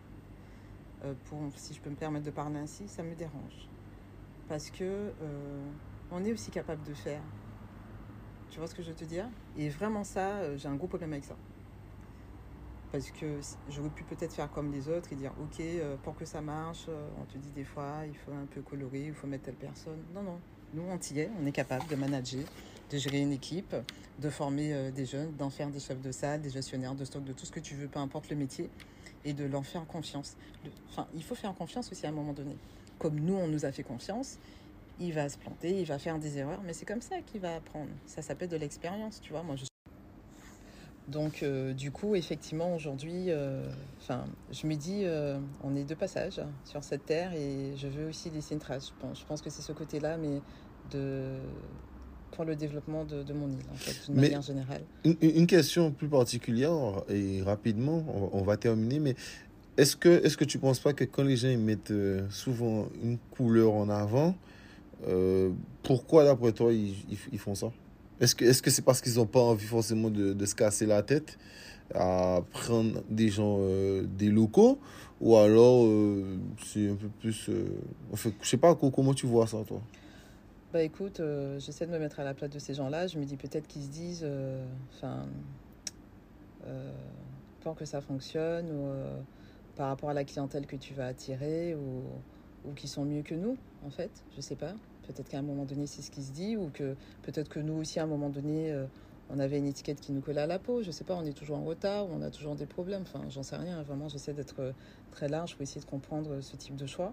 si je peux me permettre de parler ainsi, ça me dérange. Parce que on est aussi capable de faire. Tu vois ce que je veux te dire? Et vraiment ça, j'ai un gros problème avec ça. Parce que j'aurais pu peut-être faire comme les autres et dire ok, pour que ça marche, on te dit des fois il faut un peu colorer, il faut mettre telle personne. Non, non, nous Antillais, on est capable de manager, de gérer une équipe, de former des jeunes, d'en faire des chefs de salle, des gestionnaires de stock, de tout ce que tu veux, peu importe le métier, et de leur faire confiance. Il faut faire confiance aussi à un moment donné. Comme nous, on nous a fait confiance, il va se planter, il va faire des erreurs, mais c'est comme ça qu'il va apprendre. Ça s'appelle de l'expérience, tu vois. Donc, du coup, effectivement, aujourd'hui, je me dis, on est de passage sur cette terre et je veux aussi laisser une trace. Je pense que c'est ce côté-là, mais pour le développement de mon île, en fait, d'une manière générale. Une question plus particulière, et rapidement, on va terminer, mais est-ce que tu ne penses pas que quand les gens ils mettent souvent une couleur en avant, pourquoi, d'après toi, ils font ça? Est-ce que c'est parce qu'ils n'ont pas envie forcément de se casser la tête à prendre des gens, des locaux, ou alors c'est un peu plus... enfin, je sais pas comment tu vois ça, toi. Bah écoute, j'essaie de me mettre à la place de ces gens-là. Je me dis peut-être qu'ils se disent, euh, pour que ça fonctionne, ou par rapport à la clientèle que tu vas attirer, ou qui sont mieux que nous, en fait. Je sais pas. Peut-être qu'à un moment donné, c'est ce qui se dit, ou que peut-être que nous aussi, à un moment donné, on avait une étiquette qui nous collait à la peau. Je sais pas, on est toujours en retard, ou on a toujours des problèmes. Enfin, j'en sais rien. Vraiment, j'essaie d'être très large pour essayer de comprendre ce type de choix.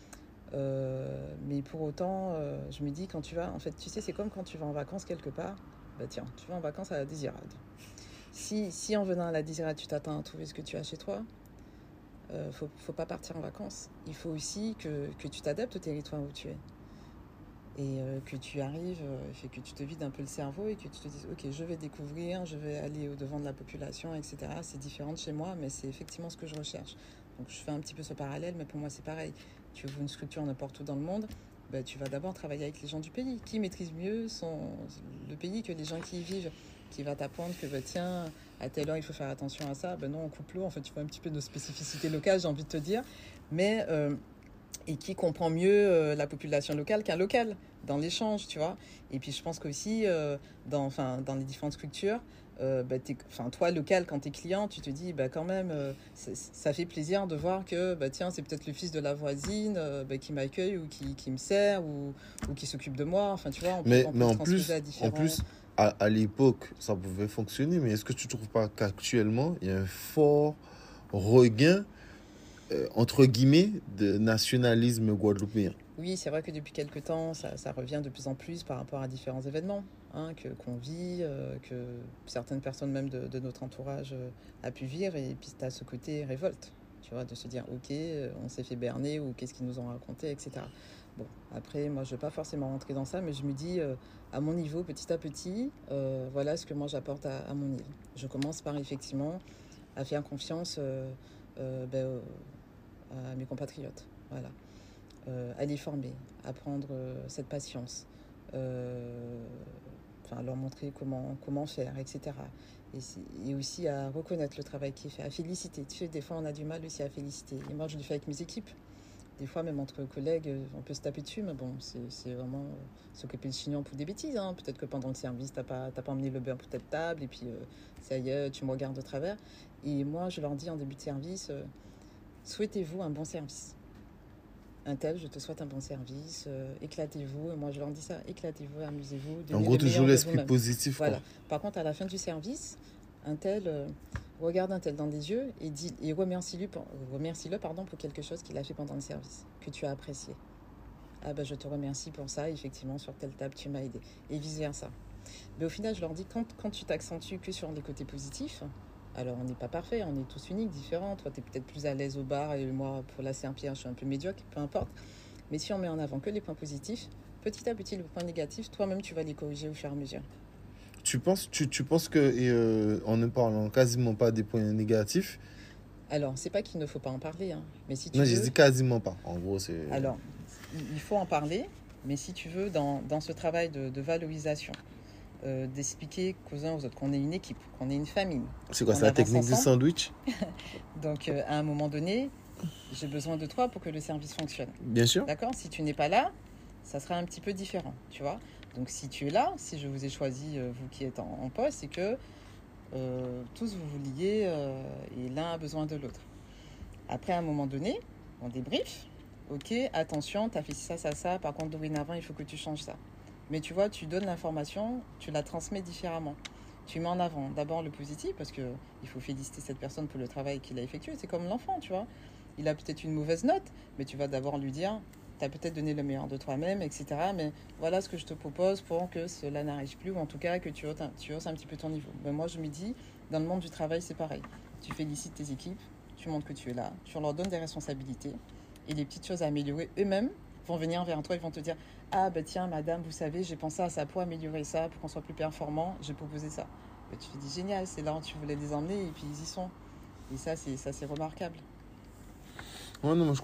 Mais pour autant, je me dis, quand tu vas, en fait, tu sais, c'est comme quand tu vas en vacances quelque part. Bah tiens, tu vas en vacances à la Désirade. Si en venant à la Désirade, tu t'attends à trouver ce que tu as chez toi, faut pas partir en vacances. Il faut aussi que tu t'adaptes au territoire où tu es. Et que tu arrives, que tu te vides un peu le cerveau et que tu te dises, ok, je vais découvrir, je vais aller au-devant de la population, etc. C'est différent de chez moi, mais c'est effectivement ce que je recherche. Donc je fais un petit peu ce parallèle, mais pour moi c'est pareil. Tu ouvres une structure n'importe où dans le monde, bah, tu vas d'abord travailler avec les gens du pays. Qui maîtrise mieux le pays que les gens qui y vivent? Qui va t'apprendre que bah, tiens, à telle heure il faut faire attention à ça. Ben non, on coupe l'eau. En fait, tu vois un petit peu nos spécificités locales, j'ai envie de te dire. Mais et qui comprend mieux la population locale qu'un local dans l'échange, tu vois. Et puis je pense qu'aussi dans les différentes structures, toi local, quand t'es client, tu te dis bah quand même ça fait plaisir de voir que bah tiens, c'est peut-être le fils de la voisine qui m'accueille ou qui me sert ou qui s'occupe de moi. Enfin tu vois, Mais, on mais peut transposer à en différents. plus à l'époque, ça pouvait fonctionner, mais est-ce que tu trouves pas qu'actuellement, il y a un fort regain, entre guillemets, de nationalisme guadeloupéen? Oui, c'est vrai que depuis quelques temps, ça revient de plus en plus par rapport à différents événements qu'on vit, que certaines personnes même de notre entourage a pu vivre. Et puis, tu as ce côté révolte, tu vois, de se dire, ok, on s'est fait berner ou qu'est-ce qu'ils nous ont raconté, etc. Bon, après, moi, je ne vais pas forcément rentrer dans ça, mais je me dis, à mon niveau, petit à petit, voilà ce que moi j'apporte à mon île. Je commence par effectivement à faire confiance à mes compatriotes. Voilà. À les former, apprendre cette patience, leur montrer comment faire, etc. Et aussi à reconnaître le travail qui est fait, à féliciter. Tu sais, des fois, on a du mal aussi à féliciter. Et moi, je le fais avec mes équipes. Des fois, même entre collègues, on peut se taper dessus, mais bon, c'est vraiment s'occuper le chignon pour des bêtises. Hein. Peut-être que pendant le service, t'as pas emmené le beurre pour telle table, et puis ça y est, tu me regardes de travers. Et moi, je leur dis en début de service, souhaitez-vous un bon service. Un tel, je te souhaite un bon service, éclatez-vous. Et moi, je leur dis ça, éclatez-vous, amusez-vous, En donnez gros, le toujours meilleur de l'esprit vous-même. positif, quoi. Voilà. Par contre, à la fin du service, un tel, regarde un tel dans les yeux et remercie-le pour quelque chose qu'il a fait pendant le service, que tu as apprécié. Ah ben, je te remercie pour ça, effectivement, sur telle table, tu m'as aidé. Et vice-versa. Mais au final, je leur dis, quand tu t'accentues que sur les côtés positifs, alors on n'est pas parfait, on est tous uniques, différents. Toi, tu es peut-être plus à l'aise au bar et moi, pour la Saint-Pierre, je suis un peu médiocre, peu importe. Mais si on met en avant que les points positifs, petit à petit, les points négatifs, toi-même, tu vas les corriger au fur et à mesure. Tu penses que, en ne parlant quasiment pas des points négatifs, Alors, c'est pas qu'il ne faut pas en parler, hein, mais si tu non, je veux... dis quasiment pas. En gros, c'est... Alors, il faut en parler, mais si tu veux, dans ce travail de valorisation, d'expliquer qu'aux uns aux autres qu'on est une équipe, qu'on est une famille. C'est quoi, qu'on c'est la avance technique du ensemble. sandwich? Donc, à un moment donné, j'ai besoin de toi pour que le service fonctionne. Bien sûr. D'accord? Si tu n'es pas là, ça sera un petit peu différent, tu vois. Donc, si tu es là, si je vous ai choisi, vous qui êtes en poste, c'est que tous vous vous liez et l'un a besoin de l'autre. Après, à un moment donné, on débrief. Ok, attention, tu as fait ça. Par contre, dorénavant, il faut que tu changes ça. Mais tu vois, tu donnes l'information, tu la transmets différemment. Tu mets en avant d'abord le positif parce qu'il faut féliciter cette personne pour le travail qu'il a effectué. C'est comme l'enfant, tu vois. Il a peut-être une mauvaise note, mais tu vas d'abord lui dire, tu as peut-être donné le meilleur de toi-même, etc. Mais voilà ce que je te propose pour que cela n'arrive plus, ou en tout cas que tu hausses un petit peu ton niveau. Mais moi, je me dis, dans le monde du travail, c'est pareil. Tu félicites tes équipes, tu montres que tu es là, tu leur donnes des responsabilités, et les petites choses à améliorer eux-mêmes vont venir vers toi, ils vont te dire, ah bah tiens madame, vous savez, j'ai pensé à ça pour améliorer ça, pour qu'on soit plus performant, j'ai proposé ça. Et tu te dis génial, c'est là où tu voulais les emmener et puis ils y sont. Et ça c'est remarquable. Ouais, non, mais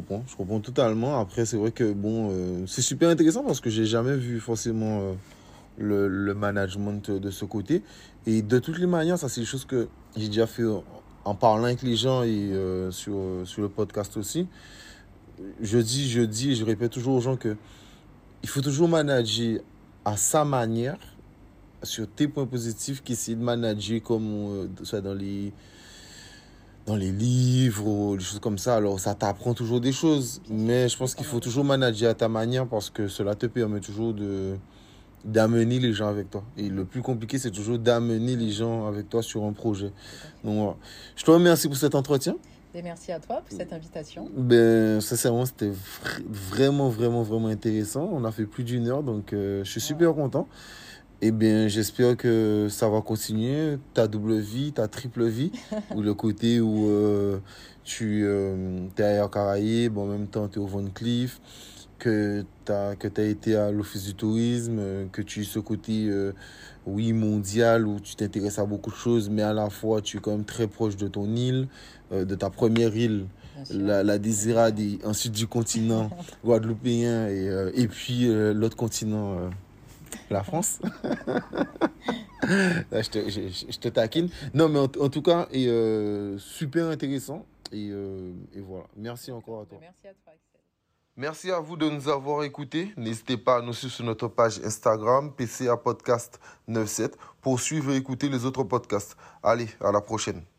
je comprends totalement. Après, c'est vrai que, bon, c'est super intéressant parce que j'ai jamais vu forcément le management de ce côté. Et de toutes les manières, ça c'est des choses que j'ai déjà fait en parlant avec les gens et sur le podcast aussi. Je dis et je répète toujours aux gens que il faut toujours manager à sa manière, sur tes points positifs, qu'essayer de manager comme soit dans les livres ou des choses comme ça. Alors, ça t'apprend toujours des choses. Mais je pense qu'il faut toujours manager à ta manière parce que cela te permet toujours d'amener les gens avec toi. Et le plus compliqué, c'est toujours d'amener les gens avec toi sur un projet. Donc, voilà. Je te remercie pour cet entretien. Et merci à toi pour cette invitation. Sincèrement, c'était vraiment, vraiment, vraiment intéressant. On a fait plus d'1 heure, donc je suis super content. Eh bien, j'espère que ça va continuer, ta double vie, ta triple vie, ou le côté où tu es ailleurs Caraïbes, en même temps tu es au Van Cleef, que tu as été à l'Office du tourisme, que tu es ce côté, oui, mondial, où tu t'intéresses à beaucoup de choses, mais à la fois tu es quand même très proche de ton île, de ta première île, la Désirade, ensuite du continent guadeloupéen, et puis l'autre continent... la France. Là, je te taquine. Non, mais en tout cas, super intéressant. Et voilà. Merci encore à toi. Merci à toi, Axel. Merci à vous de nous avoir écoutés. N'hésitez pas à nous suivre sur notre page Instagram, PCA Podcast 97, pour suivre et écouter les autres podcasts. Allez, à la prochaine.